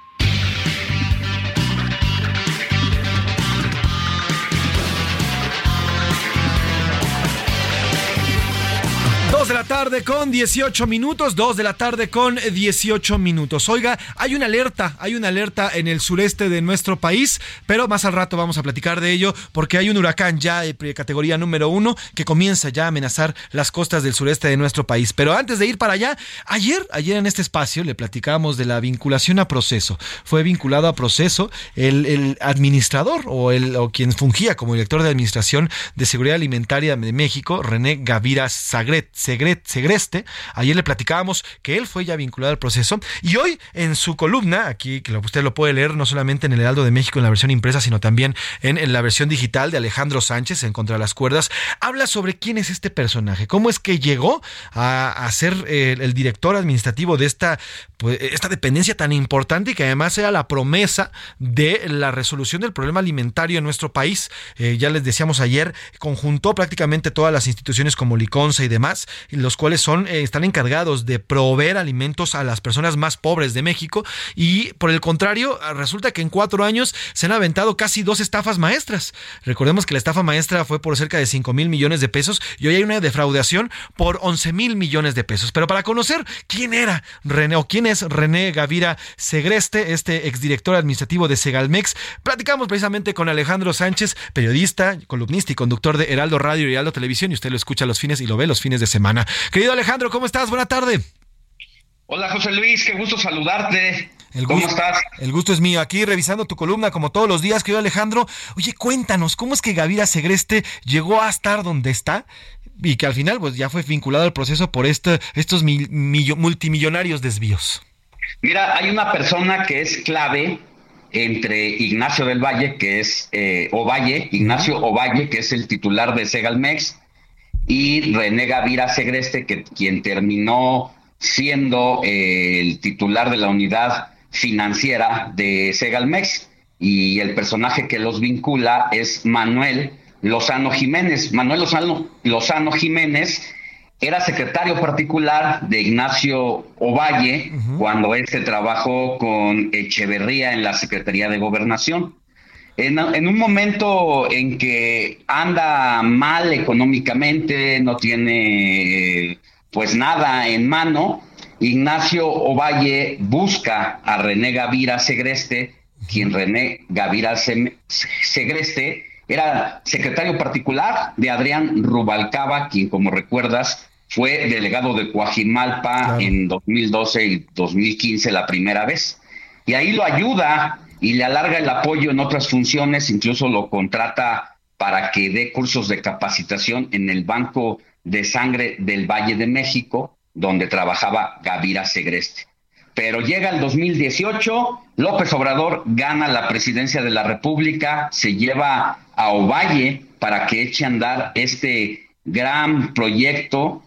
2 de la tarde con 18 minutos, 2 de la tarde con 18 minutos. Oiga, hay una alerta en el sureste de nuestro país, pero más al rato vamos a platicar de ello porque hay un huracán ya de categoría número 1 que comienza ya a amenazar las costas del sureste de nuestro país. Pero antes de ir para allá, ayer en este espacio le platicábamos de la vinculación a proceso. Fue vinculado a proceso el administrador o quien fungía como director de Administración de Seguridad Alimentaria de México, René Gavira Segreste. Ayer le platicábamos que él fue ya vinculado al proceso y hoy en su columna, aquí que usted lo puede leer no solamente en el Heraldo de México en la versión impresa, sino también en la versión digital de Alejandro Sánchez en Contra las Cuerdas, habla sobre quién es este personaje, cómo es que llegó a ser el director administrativo de esta dependencia tan importante y que además era la promesa de la resolución del problema alimentario en nuestro país. Ya les decíamos ayer, conjuntó prácticamente todas las instituciones como Liconza y demás, los cuales están encargados de proveer alimentos a las personas más pobres de México, y por el contrario, resulta que en 4 años se han aventado casi 2 estafas maestras. Recordemos que la estafa maestra fue por cerca de 5,000 millones de pesos y hoy hay una defraudación por 11,000 millones de pesos. Pero para conocer quién es René Gavira Segreste, este exdirector administrativo de Segalmex, platicamos precisamente con Alejandro Sánchez, periodista, columnista y conductor de Heraldo Radio y Heraldo Televisión, y usted lo escucha los fines y lo ve los fines de semana. Querido Alejandro, ¿cómo estás? Buena tarde. Hola José Luis, qué gusto saludarte. ¿Cómo estás? El gusto es mío, aquí revisando tu columna como todos los días, querido Alejandro. Oye, cuéntanos, ¿cómo es que Gavira Segreste llegó a estar donde está? Y que al final pues ya fue vinculado al proceso por estos multimillonarios desvíos. Mira, hay una persona que es clave entre Ignacio del Valle, que es Ignacio Ovalle, que es el titular de Segalmex, y René Gavira Segreste, quien terminó siendo el titular de la unidad financiera de Segalmex, y el personaje que los vincula es Manuel Lozano Jiménez. Manuel Lozano Jiménez era secretario particular de Ignacio Ovalle cuando éste trabajó con Echeverría en la Secretaría de Gobernación. En un momento en que anda mal económicamente, no tiene pues nada en mano, Ignacio Ovalle busca a René Gavira Segreste, quien René Gavira Segreste era secretario particular de Adrián Rubalcaba, quien, como recuerdas, fue delegado de Coajimalpa en 2012 y 2015 la primera vez. Y ahí lo ayuda y le alarga el apoyo en otras funciones, incluso lo contrata para que dé cursos de capacitación en el Banco de Sangre del Valle de México, donde trabajaba Gavira Segreste. Pero llega el 2018, López Obrador gana la presidencia de la República, se lleva a Ovalle para que eche a andar este gran proyecto,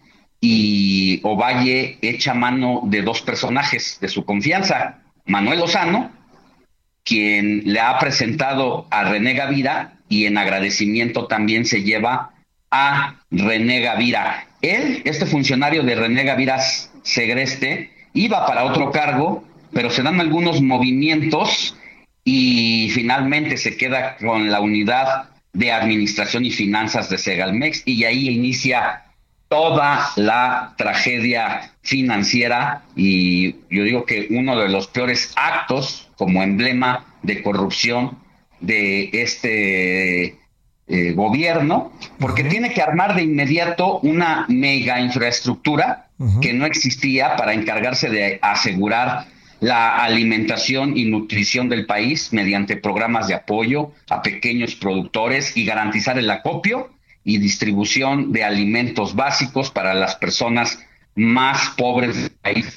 y Ovalle echa mano de 2 personajes de su confianza: Manuel Lozano, quien le ha presentado a René Gavira, y en agradecimiento también se lleva a René Gavira. Este funcionario de René Gavira Segreste, iba para otro cargo, pero se dan algunos movimientos y finalmente se queda con la unidad de Administración y Finanzas de Segalmex, y ahí inicia toda la tragedia financiera y yo digo que uno de los peores actos como emblema de corrupción de este gobierno, porque tiene que armar de inmediato una mega infraestructura que no existía para encargarse de asegurar la alimentación y nutrición del país mediante programas de apoyo a pequeños productores y garantizar el acopio y distribución de alimentos básicos para las personas más pobres del país.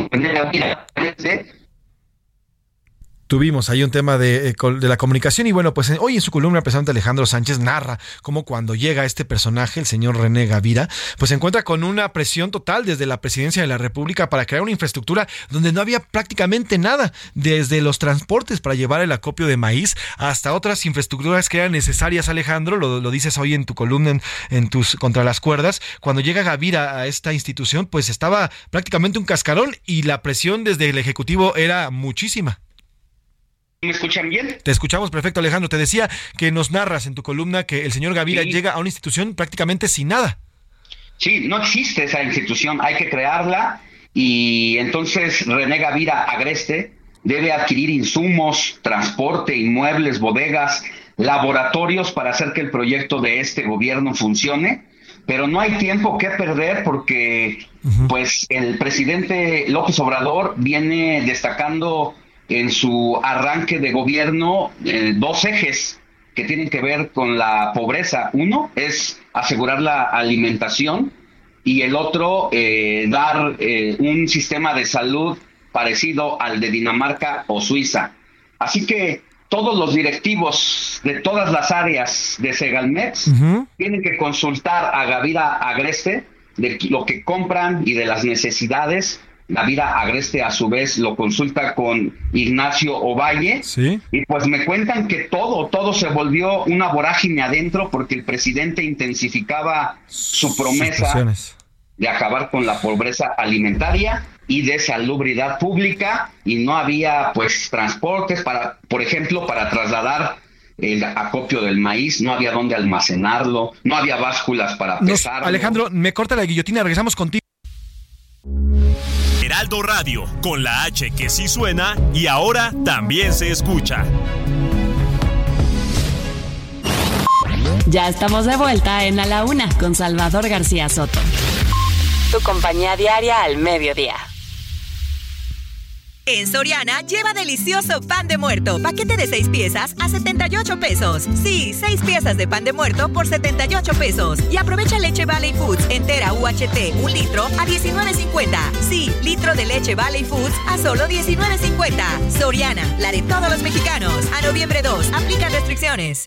Tuvimos ahí un tema de la comunicación y bueno, pues hoy en su columna el presidente Alejandro Sánchez narra cómo cuando llega este personaje, el señor René Gavira, pues se encuentra con una presión total desde la presidencia de la República para crear una infraestructura donde no había prácticamente nada, desde los transportes para llevar el acopio de maíz hasta otras infraestructuras que eran necesarias. Alejandro, lo dices hoy en tu columna en tus Contra las Cuerdas, cuando llega Gavira a esta institución, pues estaba prácticamente un cascarón y la presión desde el Ejecutivo era muchísima. ¿Me escuchan bien? Te escuchamos perfecto, Alejandro. Te decía que nos narras en tu columna que el señor Gavira llega a una institución prácticamente sin nada. Sí, no existe esa institución, hay que crearla y entonces René Gavira Agreste debe adquirir insumos, transporte, inmuebles, bodegas, laboratorios para hacer que el proyecto de este gobierno funcione, pero no hay tiempo que perder porque pues el presidente López Obrador viene destacando en su arranque de gobierno dos ejes que tienen que ver con la pobreza. Uno es asegurar la alimentación y el otro dar un sistema de salud parecido al de Dinamarca o Suiza. Así que todos los directivos de todas las áreas de Segalmex tienen que consultar a Gavira Agreste de lo que compran y de las necesidades. Gavira Agreste a su vez lo consulta con Ignacio Ovalle, y pues me cuentan que todo se volvió una vorágine adentro porque el presidente intensificaba su promesa de acabar con la pobreza alimentaria y de salubridad pública, y no había pues transportes para, por ejemplo, para trasladar el acopio del maíz, no había dónde almacenarlo, no había básculas para pesarlo. Alejandro, me corta la guillotina, regresamos contigo. Heraldo Radio, con la H que sí suena y ahora también se escucha. Ya estamos de vuelta en A la Una con Salvador García Soto. Tu compañía diaria al mediodía. En Soriana, lleva delicioso pan de muerto. Paquete de 6 piezas a 78 pesos. Sí, 6 piezas de pan de muerto por 78 pesos. Y aprovecha leche Valley Foods entera UHT 1 litro a 19.50. Sí, litro de leche Valley Foods a solo 19.50. Soriana, la de todos los mexicanos. A noviembre 2, aplican restricciones.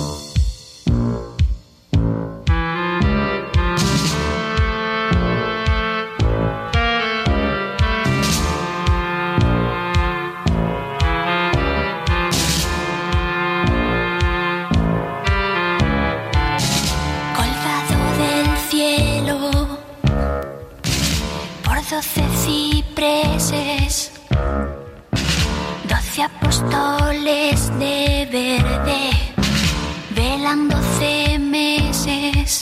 Colgado del cielo por 12 cipreses, 12 apóstoles de verde velan 12 meses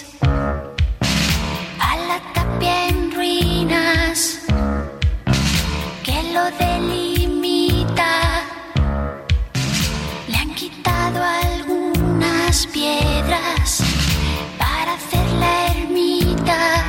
a la tapia en ruinas que lo delimita. Le han quitado algunas piedras para hacer la ermita.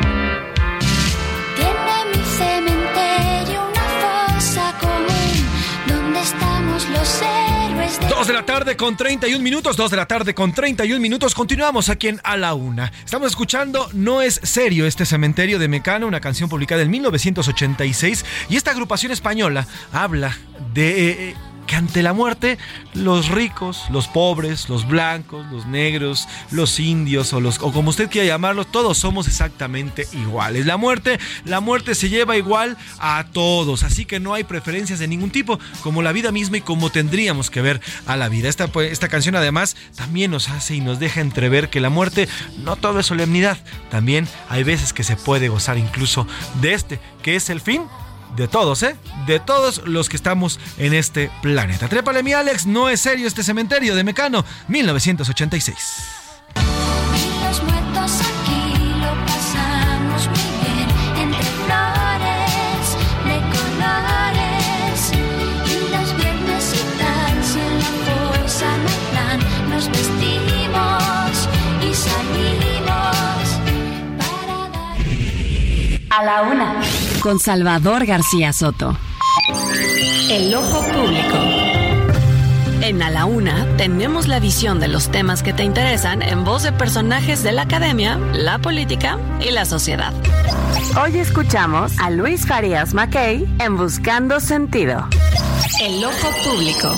Tiene mi cementerio una fosa común donde estamos los héroes de... 2 de la tarde con 31 minutos, 2 de la tarde con 31 minutos. Continuamos aquí en A la Una. Estamos escuchando No es serio este cementerio de Mecano, una canción publicada en 1986. Y esta agrupación española habla de que ante la muerte los ricos, los pobres, los blancos, los negros, los indios o como usted quiera llamarlos, todos somos exactamente iguales. La muerte se lleva igual a todos, así que no hay preferencias de ningún tipo, como la vida misma y como tendríamos que ver a la vida. Esta canción además también nos hace y nos deja entrever que la muerte no todo es solemnidad, también hay veces que se puede gozar incluso de que es el fin de todos, de todos los que estamos en este planeta. Trépale, mi Alex, No es serio este cementerio de Mecano, 1986. Los muertos aquí lo pasan. A la una. Con Salvador García Soto. El ojo público. En A la Una tenemos la visión de los temas que te interesan en voz de personajes de la academia, la política y la sociedad. Hoy escuchamos a Luis Farías Mackey en Buscando Sentido. El ojo público.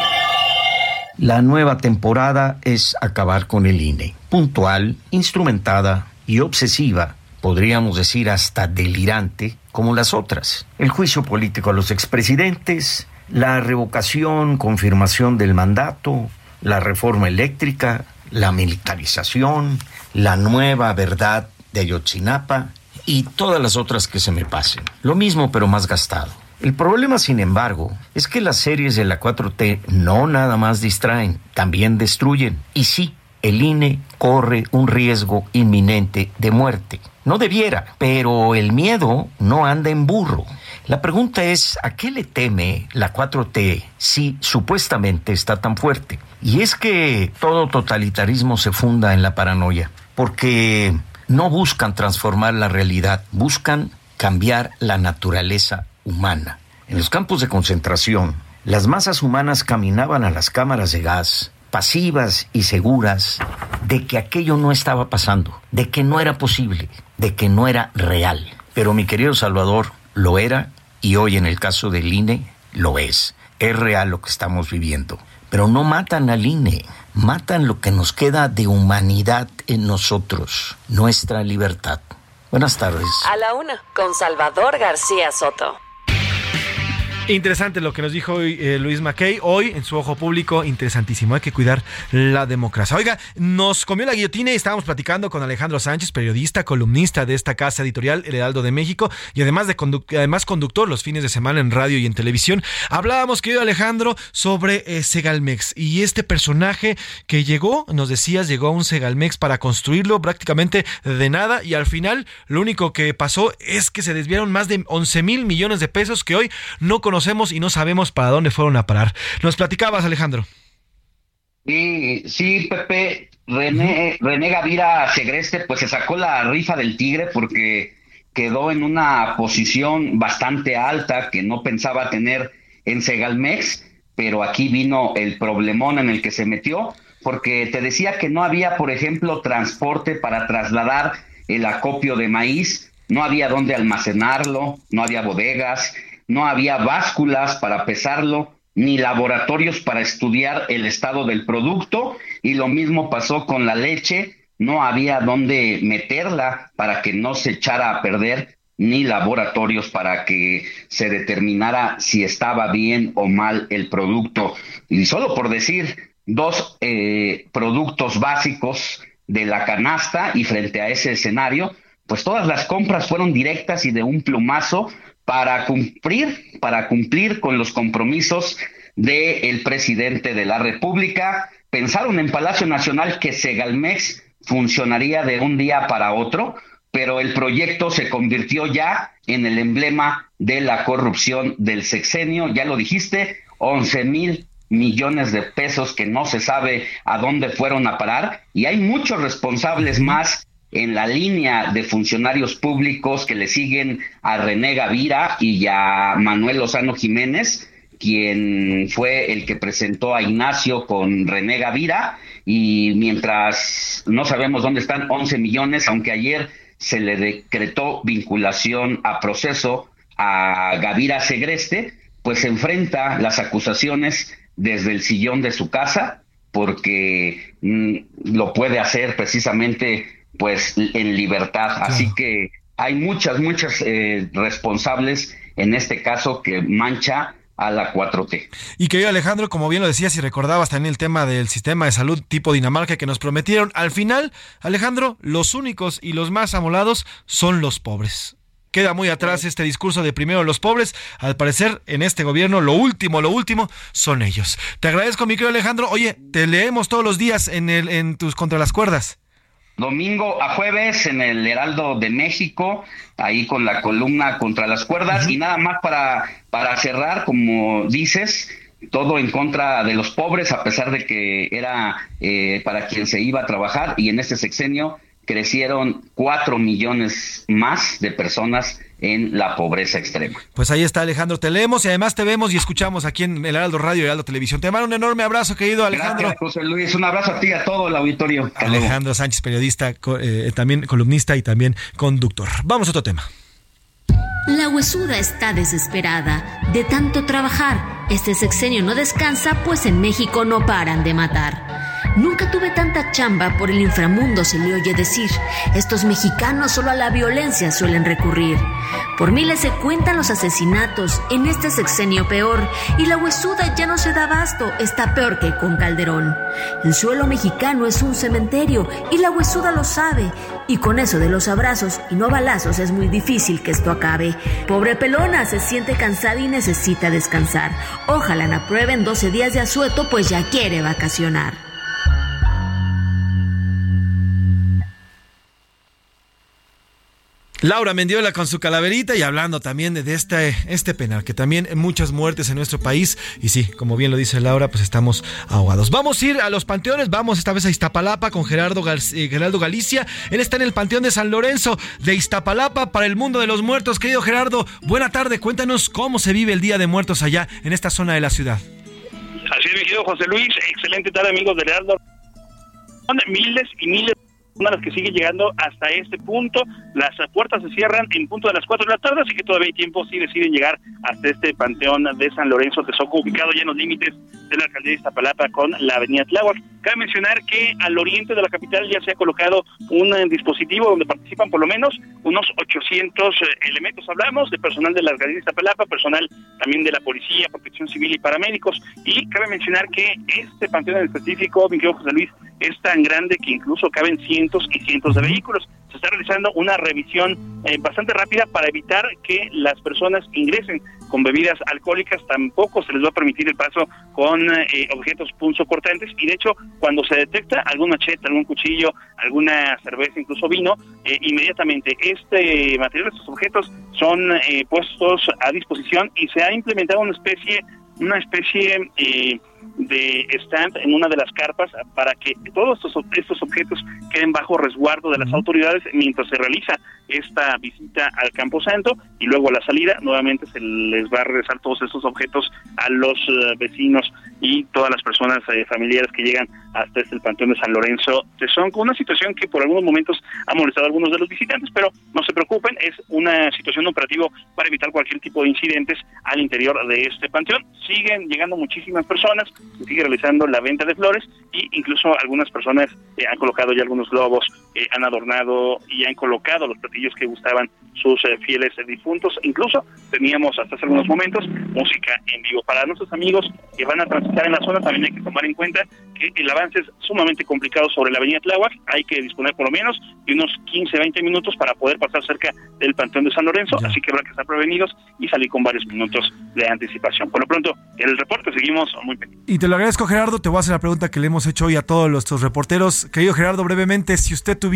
La nueva temporada es acabar con el INE. Puntual, instrumentada y obsesiva, podríamos decir hasta delirante, como las otras. El juicio político a los expresidentes, la revocación, confirmación del mandato, la reforma eléctrica, la militarización, la nueva verdad de Ayotzinapa y todas las otras que se me pasen. Lo mismo pero más gastado. El problema, sin embargo, es que las series de la 4T no nada más distraen, también destruyen. Y sí, el INE corre un riesgo inminente de muerte. No debiera, pero el miedo no anda en burro. La pregunta es, ¿a qué le teme la 4T si supuestamente está tan fuerte? Y es que todo totalitarismo se funda en la paranoia, porque no buscan transformar la realidad, buscan cambiar la naturaleza humana. En los campos de concentración, las masas humanas caminaban a las cámaras de gas, pasivas y seguras de que aquello no estaba pasando, de que no era posible, de que no era real. Pero mi querido Salvador, lo era, y hoy en el caso del INE, lo es. Es real lo que estamos viviendo. Pero no matan al INE, matan lo que nos queda de humanidad en nosotros, nuestra libertad. Buenas tardes. A la Una, con Salvador García Soto. Interesante lo que nos dijo hoy Luis Mackey, hoy en su ojo público, interesantísimo, hay que cuidar la democracia. Oiga, nos comió la guillotina y estábamos platicando con Alejandro Sánchez, periodista, columnista de esta casa editorial, El Heraldo de México, y además conductor los fines de semana en radio y en televisión. Hablábamos, querido Alejandro, sobre Segalmex y este personaje que llegó, nos decías, llegó a un Segalmex para construirlo prácticamente de nada y al final lo único que pasó es que se desviaron más de 11,000 millones de pesos que hoy no conocemos y no sabemos para dónde fueron a parar. Nos platicabas, Alejandro. Sí, Pepe, René Gavira Segreste pues se sacó la rifa del tigre porque quedó en una posición bastante alta que no pensaba tener en Segalmex, pero aquí vino el problemón en el que se metió, porque te decía que no había, por ejemplo, transporte para trasladar el acopio de maíz, no había dónde almacenarlo, no había bodegas, no había básculas para pesarlo, ni laboratorios para estudiar el estado del producto, y lo mismo pasó con la leche, no había dónde meterla para que no se echara a perder, ni laboratorios para que se determinara si estaba bien o mal el producto. Y solo por decir dos productos básicos de la canasta, y frente a ese escenario, pues todas las compras fueron directas y de un plumazo, para cumplir con los compromisos del presidente de la República. Pensaron en Palacio Nacional que Segalmex funcionaría de un día para otro, pero el proyecto se convirtió ya en el emblema de la corrupción del sexenio. Ya lo dijiste, 11,000 millones de pesos que no se sabe a dónde fueron a parar, y hay muchos responsables más en la línea de funcionarios públicos que le siguen a René Gavira y a Manuel Lozano Jiménez, quien fue el que presentó a Ignacio con René Gavira, y mientras no sabemos dónde están 11 millones, aunque ayer se le decretó vinculación a proceso a Gavira Segreste, pues se enfrenta las acusaciones desde el sillón de su casa, porque lo puede hacer precisamente pues en libertad. Claro. Así que hay muchas responsables en este caso que mancha a la 4T. Y querido Alejandro, como bien lo decías y recordabas también el tema del sistema de salud tipo Dinamarca que nos prometieron, al final, Alejandro, los únicos y los más amolados son los pobres. Queda muy atrás este discurso de primero los pobres. Al parecer, en este gobierno, lo último son ellos. Te agradezco, mi querido Alejandro. Oye, te leemos todos los días en tus Contra las Cuerdas. Domingo a jueves en el Heraldo de México, ahí con la columna Contra las Cuerdas. Y nada más para cerrar, como dices, todo en contra de los pobres, a pesar de que era para quien se iba a trabajar, y en este sexenio crecieron 4 millones más de personas en la pobreza extrema. Pues ahí está, Alejandro, te leemos y además te vemos y escuchamos aquí en el Heraldo Radio y Heraldo Televisión. Te mando un enorme abrazo, querido Alejandro. Gracias, José Luis, un abrazo a ti y a todo el auditorio. Alejandro Sánchez, periodista, también columnista y también conductor. Vamos a otro tema. La huesuda está desesperada de tanto trabajar. Este sexenio no descansa, pues en México no paran de matar. Nunca tuve tanta chamba, por el inframundo se le oye decir. Estos mexicanos solo a la violencia suelen recurrir. Por miles se cuentan los asesinatos, en este sexenio peor. Y la huesuda ya no se da abasto, está peor que con Calderón. El suelo mexicano es un cementerio y la huesuda lo sabe. Y con eso de los abrazos y no balazos es muy difícil que esto acabe. Pobre pelona, se siente cansada y necesita descansar. Ojalá la aprueben 12 días de asueto, pues ya quiere vacacionar. Laura Mendiola con su calaverita y hablando también de este penal, que también muchas muertes en nuestro país y sí, como bien lo dice Laura, pues estamos ahogados. Vamos a ir a los panteones, vamos esta vez a Iztapalapa con Gerardo Galicia. Él está en el Panteón de San Lorenzo de Iztapalapa para el mundo de los muertos. Querido Gerardo, buena tarde, cuéntanos cómo se vive el Día de Muertos allá en esta zona de la ciudad. Así es, mi querido José Luis, excelente tarde, amigos del Heraldo. Son miles y miles de las que siguen llegando hasta este punto. Las puertas se cierran en punto de las 4 de la tarde, así que todavía hay tiempo si deciden llegar hasta este Panteón de San Lorenzo de Soco, ubicado ya en los límites de la alcaldía de Iztapalapa con la avenida Tláhuac. Cabe mencionar que al oriente de la capital ya se ha colocado un dispositivo donde participan por lo menos unos 800 elementos. Hablamos de personal de la alcaldía de Iztapalapa, personal también de la policía, protección civil y paramédicos. Y cabe mencionar que este panteón en específico, mi querido José Luis, es tan grande que incluso caben cientos y cientos de vehículos. Se está realizando una revisión bastante rápida para evitar que las personas ingresen con bebidas alcohólicas. Tampoco se les va a permitir el paso con objetos punzocortantes, y de hecho cuando se detecta algún machete, algún cuchillo, alguna cerveza, incluso vino, inmediatamente este material, estos objetos son puestos a disposición, y se ha implementado una especie de stand en una de las carpas para que todos estos objetos queden bajo resguardo de las autoridades mientras se realiza esta visita al Camposanto, y luego a la salida nuevamente se les va a regresar todos estos objetos a los vecinos y todas las personas familiares que llegan hasta el Panteón de San Lorenzo de Son, con una situación que por algunos momentos ha molestado a algunos de los visitantes, pero no se preocupen, es una situación operativa para evitar cualquier tipo de incidentes al interior de este panteón. Siguen llegando muchísimas personas, se sigue realizando la venta de flores, y incluso algunas personas han colocado ya algunos globos, han adornado y han colocado los platillos que gustaban sus fieles difuntos. Incluso teníamos hasta hace algunos momentos música en vivo. Para nuestros amigos que van a transitar en la zona también hay que tomar en cuenta que el avance es sumamente complicado sobre la avenida Tláhuac. Hay que disponer por lo menos de unos 15-20 minutos para poder pasar cerca del Panteón de San Lorenzo, así que habrá que estar prevenidos y salir con varios minutos de anticipación. Por lo pronto, en el reporte seguimos muy pendientes. Y te lo agradezco, Gerardo. Te voy a hacer la pregunta que le hemos hecho hoy a todos nuestros reporteros. Querido Gerardo, brevemente, si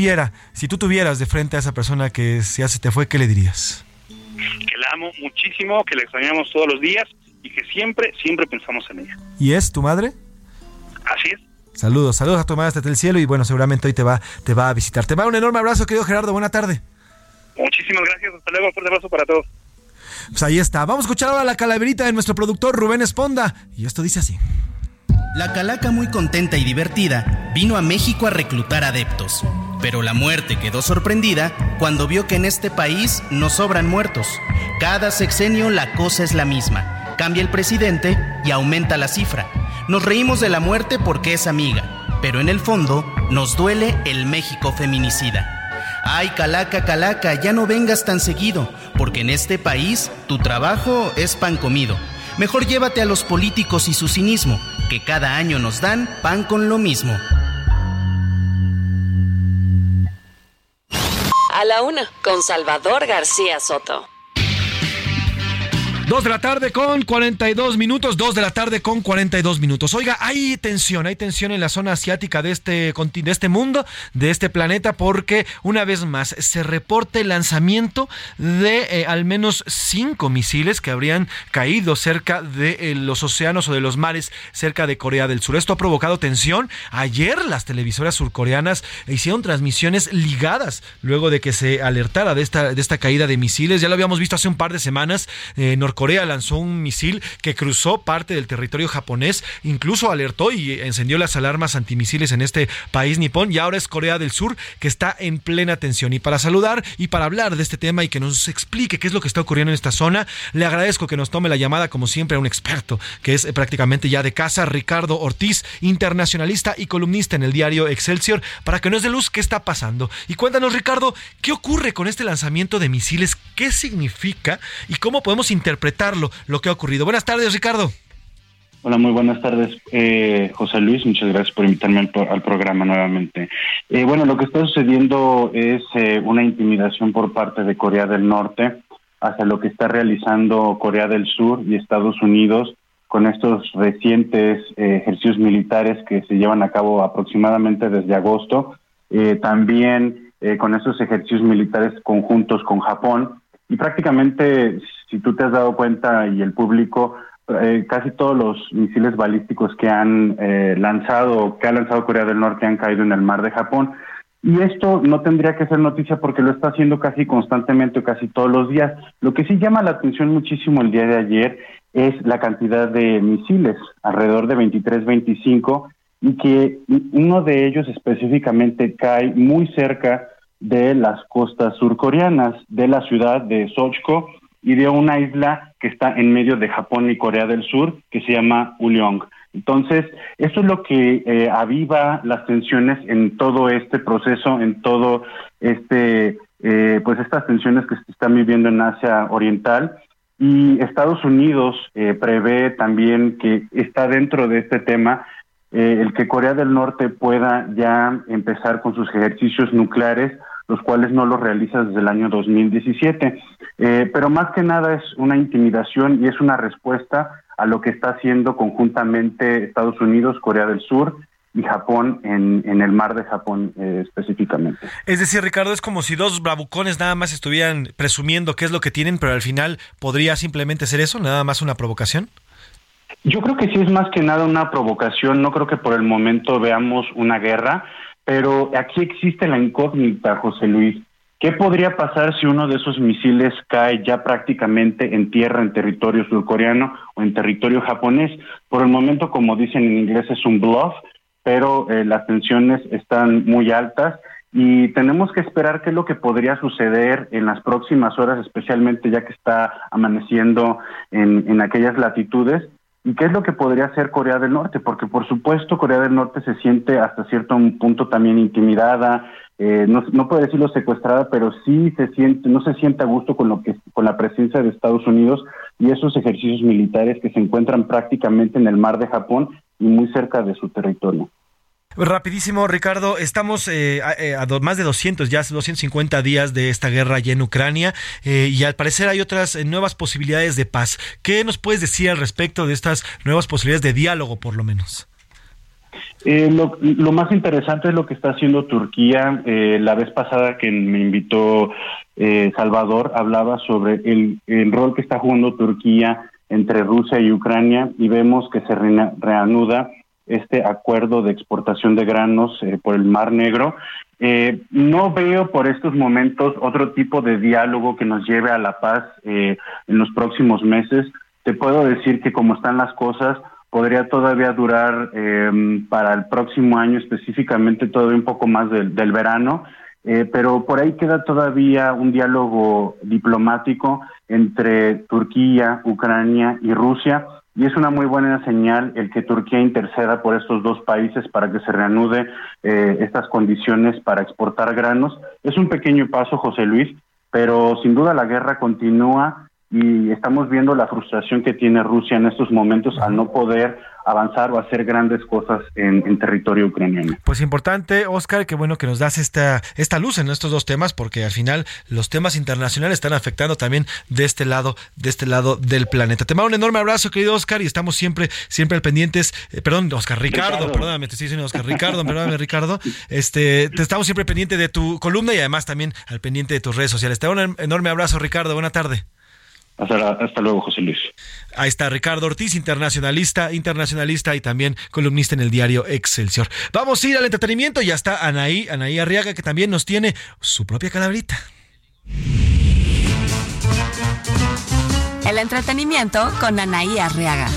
tú tuvieras de frente a esa persona que ya se te fue, ¿qué le dirías? Que la amo muchísimo, que la extrañamos todos los días y que siempre pensamos en ella. ¿Y es tu madre? Así es. Saludos a tu madre hasta el cielo, y bueno, seguramente hoy te va a visitar. Te va un enorme abrazo, querido Gerardo. Buena tarde. Muchísimas gracias. Hasta luego. Un fuerte abrazo para todos. Pues ahí está. Vamos a escuchar ahora la calaverita de nuestro productor Rubén Esponda. Y esto dice así. La calaca, muy contenta y divertida, vino a México a reclutar adeptos. Pero la muerte quedó sorprendida cuando vio que en este país no sobran muertos. Cada sexenio la cosa es la misma. Cambia el presidente y aumenta la cifra. Nos reímos de la muerte porque es amiga, pero en el fondo nos duele el México feminicida. Ay, calaca, calaca, ya no vengas tan seguido, porque en este país tu trabajo es pan comido. Mejor llévate a los políticos y su cinismo, que cada año nos dan pan con lo mismo. A la una, con Salvador García Soto. 2 de la tarde con 42 minutos, 2 de la tarde con 42 minutos. Oiga, hay tensión en la zona asiática de este mundo, de este planeta, porque una vez más se reporta el lanzamiento de al menos 5 misiles que habrían caído cerca de los océanos o de los mares cerca de Corea del Sur. Esto ha provocado tensión. Ayer las televisoras surcoreanas hicieron transmisiones ligadas luego de que se alertara de esta caída de misiles. Ya lo habíamos visto hace un par de semanas. Corea lanzó un misil que cruzó parte del territorio japonés, incluso alertó y encendió las alarmas antimisiles en este país nipón, y ahora es Corea del Sur que está en plena tensión. Y para saludar y para hablar de este tema y que nos explique qué es lo que está ocurriendo en esta zona, le agradezco que nos tome la llamada, como siempre, a un experto que es prácticamente ya de casa, Ricardo Ortiz, internacionalista y columnista en el diario Excelsior, para que nos dé luz qué está pasando. Y cuéntanos, Ricardo, ¿qué ocurre con este lanzamiento de misiles? ¿Qué significa y cómo podemos interpretarlo, lo que ha ocurrido? Buenas tardes, Ricardo. Hola, muy buenas tardes, José Luis. Muchas gracias por invitarme al programa nuevamente. Bueno, lo que está sucediendo es una intimidación por parte de Corea del Norte hacia lo que está realizando Corea del Sur y Estados Unidos con estos recientes ejercicios militares que se llevan a cabo aproximadamente desde agosto. También con esos ejercicios militares conjuntos con Japón. Y prácticamente, si tú te has dado cuenta y el público, casi todos los misiles balísticos que ha lanzado Corea del Norte han caído en el mar de Japón. Y esto no tendría que ser noticia porque lo está haciendo casi constantemente, casi todos los días. Lo que sí llama la atención muchísimo el día de ayer es la cantidad de misiles, alrededor de 23, 25, y que uno de ellos específicamente cae muy cerca de las costas surcoreanas, de la ciudad de Sochco y de una isla que está en medio de Japón y Corea del Sur, que se llama Uljong. Entonces, eso es lo que aviva las tensiones en todo este proceso, en todo pues estas tensiones que se están viviendo en Asia Oriental. Y Estados Unidos prevé también que está dentro de este tema el que Corea del Norte pueda ya empezar con sus ejercicios nucleares, los cuales no los realiza desde el año 2017. Pero más que nada es una intimidación y es una respuesta a lo que está haciendo conjuntamente Estados Unidos, Corea del Sur y Japón en el mar de Japón específicamente. Es decir, Ricardo, es como si dos bravucones nada más estuvieran presumiendo qué es lo que tienen, pero al final podría simplemente ser eso, nada más una provocación. Yo creo que sí es más que nada una provocación. No creo que por el momento veamos una guerra, pero aquí existe la incógnita, José Luis. ¿Qué podría pasar si uno de esos misiles cae ya prácticamente en tierra, en territorio surcoreano o en territorio japonés? Por el momento, como dicen en inglés, es un bluff, pero las tensiones están muy altas y tenemos que esperar qué es lo que podría suceder en las próximas horas, especialmente ya que está amaneciendo en aquellas latitudes. ¿Y qué es lo que podría hacer Corea del Norte? Porque, por supuesto, Corea del Norte se siente hasta cierto punto también intimidada, no puedo decirlo secuestrada, pero sí no se siente a gusto con la presencia de Estados Unidos y esos ejercicios militares que se encuentran prácticamente en el mar de Japón y muy cerca de su territorio. Rapidísimo, Ricardo, estamos a más de 250 días de esta guerra allá en Ucrania y al parecer hay otras nuevas posibilidades de paz. ¿Qué nos puedes decir al respecto de estas nuevas posibilidades de diálogo, por lo menos? Lo más interesante es lo que está haciendo Turquía. La vez pasada que me invitó Salvador, hablaba sobre el rol que está jugando Turquía entre Rusia y Ucrania y vemos que se reanuda este acuerdo de exportación de granos por el Mar Negro. No veo por estos momentos otro tipo de diálogo que nos lleve a la paz en los próximos meses. Te puedo decir que como están las cosas, podría todavía durar para el próximo año, específicamente todavía un poco más del verano, pero por ahí queda todavía un diálogo diplomático entre Turquía, Ucrania y Rusia, y es una muy buena señal el que Turquía interceda por estos dos países para que se reanude estas condiciones para exportar granos. Es un pequeño paso, José Luis, pero sin duda la guerra continúa y estamos viendo la frustración que tiene Rusia en estos momentos al no poder avanzar o hacer grandes cosas en territorio ucraniano. Pues importante, Oscar, qué bueno que nos das esta luz en estos dos temas, porque al final los temas internacionales están afectando también de este lado del planeta. Te mando un enorme abrazo, querido Oscar, y estamos siempre al pendientes. Ricardo, perdóname, te estoy diciendo Oscar, perdóname, Ricardo. Te estamos siempre pendiente de tu columna y además también al pendiente de tus redes sociales. Te mando un enorme abrazo, Ricardo. Buena tarde. Hasta luego, José Luis. Ahí está Ricardo Ortiz, internacionalista y también columnista en el diario Excelsior. Vamos a ir al entretenimiento. Ya está Anaí Arriaga, que también nos tiene su propia calaverita. El entretenimiento con Anaí Arriaga.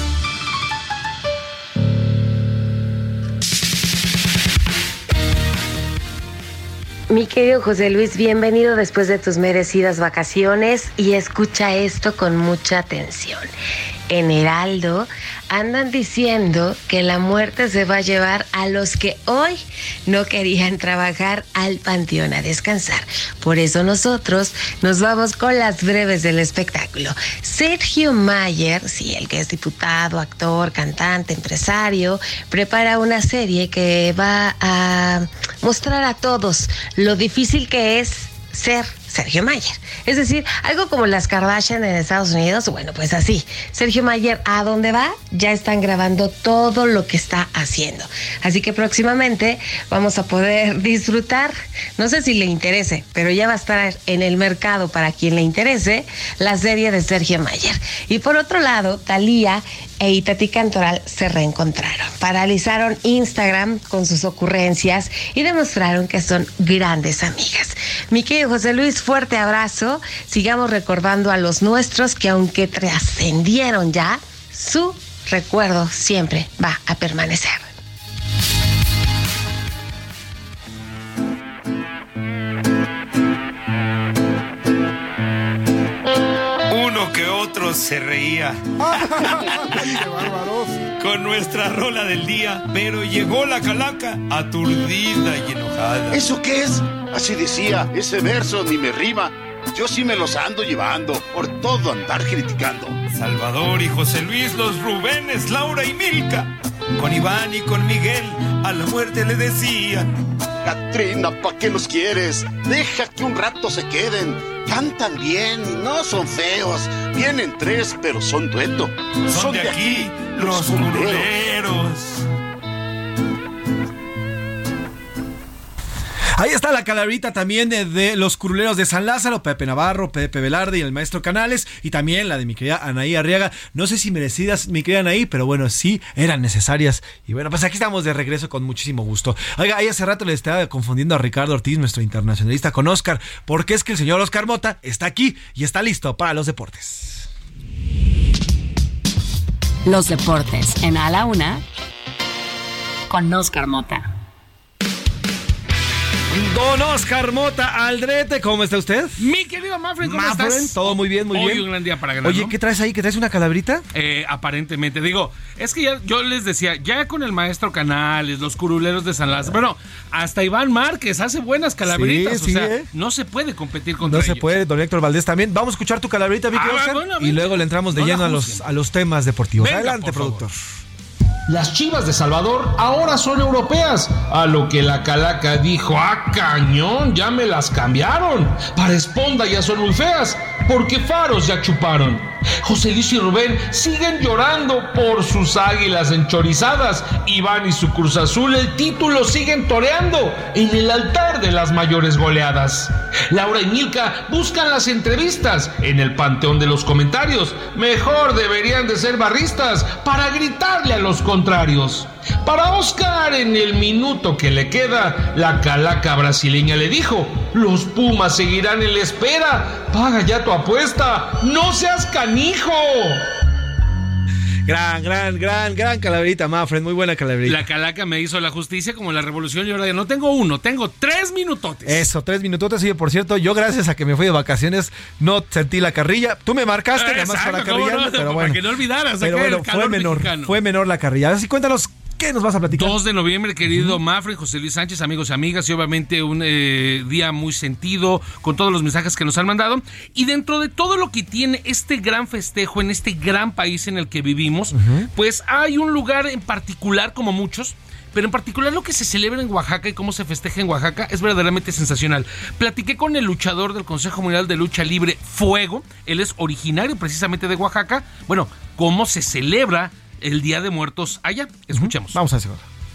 Mi querido José Luis, bienvenido después de tus merecidas vacaciones y escucha esto con mucha atención. En Heraldo andan diciendo que la muerte se va a llevar a los que hoy no querían trabajar al panteón a descansar. Por eso nosotros nos vamos con las breves del espectáculo. Sergio Mayer, sí, el que es diputado, actor, cantante, empresario, prepara una serie que va a mostrar a todos lo difícil que es ser Sergio Mayer. Es decir, algo como las Kardashian en Estados Unidos, bueno, pues así. Sergio Mayer, ¿a dónde va? Ya están grabando todo lo que está haciendo. Así que próximamente vamos a poder disfrutar, no sé si le interese, pero ya va a estar en el mercado para quien le interese, la serie de Sergio Mayer. Y por otro lado, Thalía e Itatí Cantoral se reencontraron. Paralizaron Instagram con sus ocurrencias y demostraron que son grandes amigas. Mi querido José Luis, fuerte abrazo. Sigamos recordando a los nuestros que aunque trascendieron ya, su recuerdo siempre va a permanecer. Uno que otro se reía con nuestra rola del día, pero llegó la calaca aturdida y enojada. ¿Eso qué es? Así decía, ese verso ni me rima. Yo sí me los ando llevando por todo andar criticando. Salvador y José Luis, los Rubénes, Laura y Milka, con Iván y con Miguel, a la muerte le decían: Catrina, ¿pa' qué los quieres? Deja que un rato se queden. Cantan bien y no son feos. Vienen tres, pero son dueto. Son de aquí los curuleros. Ahí está la calaverita también de los curuleros de San Lázaro, Pepe Navarro, Pepe Velarde y el maestro Canales, y también la de mi querida Anaí Arriaga. No sé si merecidas, mi querida Anaí, pero bueno, sí eran necesarias. Y bueno, pues aquí estamos de regreso con muchísimo gusto. Oiga, ahí hace rato le estaba confundiendo a Ricardo Ortiz, nuestro internacionalista, con Oscar, porque es que el señor Oscar Mota está aquí y está listo para los deportes. Los deportes en A la Una con Oscar Mota. Don Oscar Mota Aldrete, ¿cómo está usted? Mi querido Mafren, ¿cómo estás? Todo muy bien, muy bien. Hoy un gran día para ganar, Oye, ¿no? ¿qué traes ahí? ¿Que traes una calaverita? Aparentemente, digo, es que ya, yo les decía, ya con el maestro Canales, los curuleros de San Lázaro, bueno, hasta Iván Márquez hace buenas calaveritas, sí, o sea, no se puede competir contra ellos. No se puede, don Héctor Valdés también. Vamos a escuchar tu calaverita, Vicky Oscar, bueno, y luego le entramos de lleno a los temas deportivos. Venga, adelante, productor. Las Chivas de Salvador ahora son europeas, a lo que la calaca dijo: ¡ah, cañón! Ya me las cambiaron. Para Esponda ya son muy feas, porque faros ya chuparon. José Luis y Rubén siguen llorando por sus águilas enchorizadas. Iván y su Cruz Azul el título siguen toreando en el altar de las mayores goleadas. Laura y Milka buscan las entrevistas en el panteón de los comentarios. Mejor deberían de ser barristas para gritarle a los contrarios. Para Oscar, en el minuto que le queda, la calaca brasileña le dijo: los Pumas seguirán en la espera. Paga ya tu apuesta. ¡No seas canijo! Gran calaverita, Mafren, muy buena calaverita. La calaca me hizo la justicia como la revolución. Yo ahora ya no tengo uno, tengo 3 minutotes. Eso, 3 minutotes. Y por cierto, yo gracias a que me fui de vacaciones no sentí la carrilla. Tú me marcaste nada más para carrillarme, pero bueno. Para que no olvidaras. Pero bueno, fue menor la carrilla. Así cuéntanos ¿Qué nos vas a platicar? 2 de noviembre, querido Mafre, José Luis Sánchez, amigos y amigas, y obviamente un día muy sentido con todos los mensajes que nos han mandado. Y dentro de todo lo que tiene este gran festejo en este gran país en el que vivimos, pues hay un lugar en particular, como muchos, pero en particular lo que se celebra en Oaxaca y cómo se festeja en Oaxaca es verdaderamente sensacional. Platiqué con el luchador del Consejo Mundial de Lucha Libre, Fuego. Él es originario precisamente de Oaxaca. Bueno, cómo se celebra el Día de Muertos allá. Escuchemos. Vamos a hacer.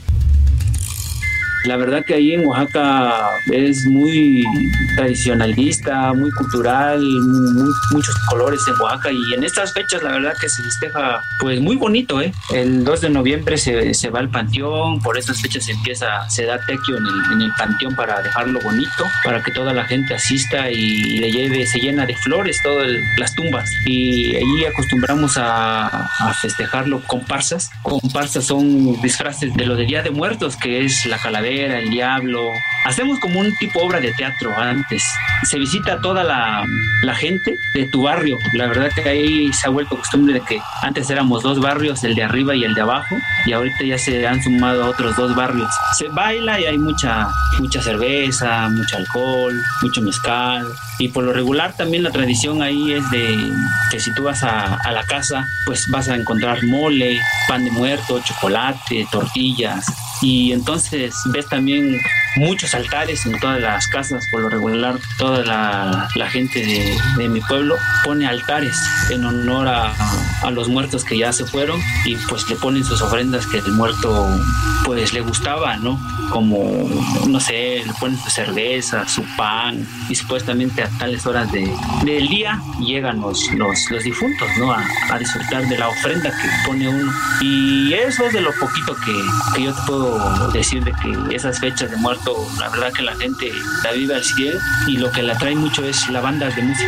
La verdad que ahí en Oaxaca es muy tradicionalista, muy cultural, muchos colores en Oaxaca, y en estas fechas la verdad que se festeja pues muy bonito, ¿eh? El 2 de noviembre se va al panteón, por estas fechas se da tequio en el panteón para dejarlo bonito, para que toda la gente asista y se llena de flores todas las tumbas, y allí acostumbramos a festejarlo con comparsas. Comparsas son disfraces de lo de Día de Muertos, que es la calavera, el diablo. Hacemos como un tipo obra de teatro antes. Se visita toda la gente de tu barrio. La verdad que ahí se ha vuelto costumbre de que antes éramos 2 barrios, el de arriba y el de abajo, y ahorita ya se han sumado otros 2 barrios. Se baila y hay mucha cerveza, mucho alcohol, mucho mezcal, y por lo regular también la tradición ahí es de que si tú vas a la casa, pues vas a encontrar mole, pan de muerto, chocolate, tortillas, y entonces ves también muchos altares en todas las casas. Por lo regular toda la gente de mi pueblo pone altares en honor a los muertos que ya se fueron, y pues le ponen sus ofrendas que el muerto pues le gustaba, ¿no? Como, no sé, le ponen su cerveza, su pan, y supuestamente a tales horas del día llegan los difuntos, ¿no? A disfrutar de la ofrenda que pone uno. Y eso es de lo poquito que yo te puedo decir, de que esas fechas de muerto, la verdad que la gente la vive al 100, y lo que la trae mucho es la banda de música.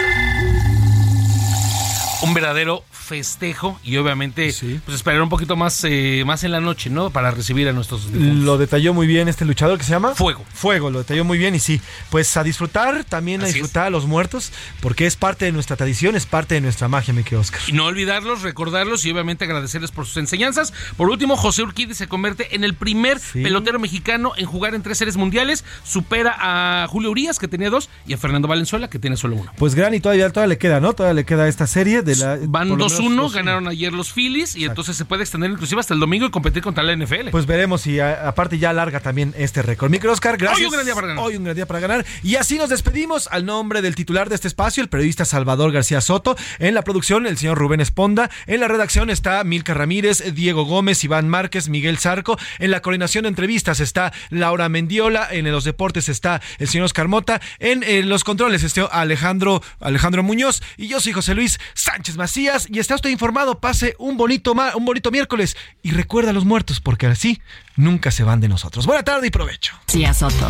Un verdadero festejo, y obviamente pues esperar un poquito más en la noche, ¿no? Para recibir a nuestros difuntos. Lo detalló muy bien este luchador que se llama Fuego, lo detalló muy bien, y sí, pues a disfrutar, también a disfrutar a los muertos, porque es parte de nuestra tradición, es parte de nuestra magia, mi querido Oscar. Y no olvidarlos, recordarlos y obviamente agradecerles por sus enseñanzas. Por último, José Urquidi se convierte en el primer pelotero mexicano en jugar en 3 series mundiales, supera a Julio Urías, que tenía 2, y a Fernando Valenzuela, que tiene solo 1. Pues gran, y todavía le queda, ¿no? Todavía le queda esta serie de la... Van 2-1, ganaron ayer los Phillies, y entonces se puede extender inclusive hasta el domingo y competir contra la NFL. Pues veremos, y aparte ya alarga también este récord. Mi querido Oscar, gracias. Hoy un gran día para ganar. Y así nos despedimos al nombre del titular de este espacio, el periodista Salvador García Soto. En la producción, el señor Rubén Esponda. En la redacción está Milka Ramírez, Diego Gómez, Iván Márquez, Miguel Zarco. En la coordinación de entrevistas está Laura Mendiola. En los deportes está el señor Oscar Mota. En los controles está Alejandro Muñoz. Y yo soy José Luis Sánchez Macías. Y está usted informado. Pase un bonito miércoles. Y recuerda a los muertos, porque así nunca se van de nosotros. Buena tarde y provecho. García Soto.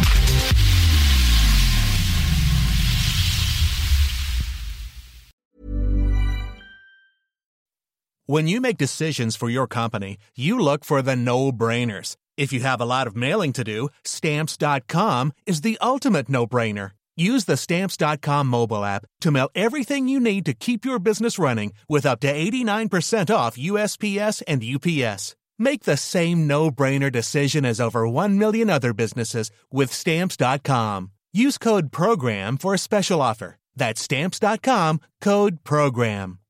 When you make decisions for your company, you look for the no-brainers. If you have a lot of mailing to do, Stamps.com is the ultimate no-brainer. Use the Stamps.com mobile app to mail everything you need to keep your business running with up to 89% off USPS and UPS. Make the same no-brainer decision as over 1 million other businesses with Stamps.com. Use code PROGRAM for a special offer. That's Stamps.com, code PROGRAM.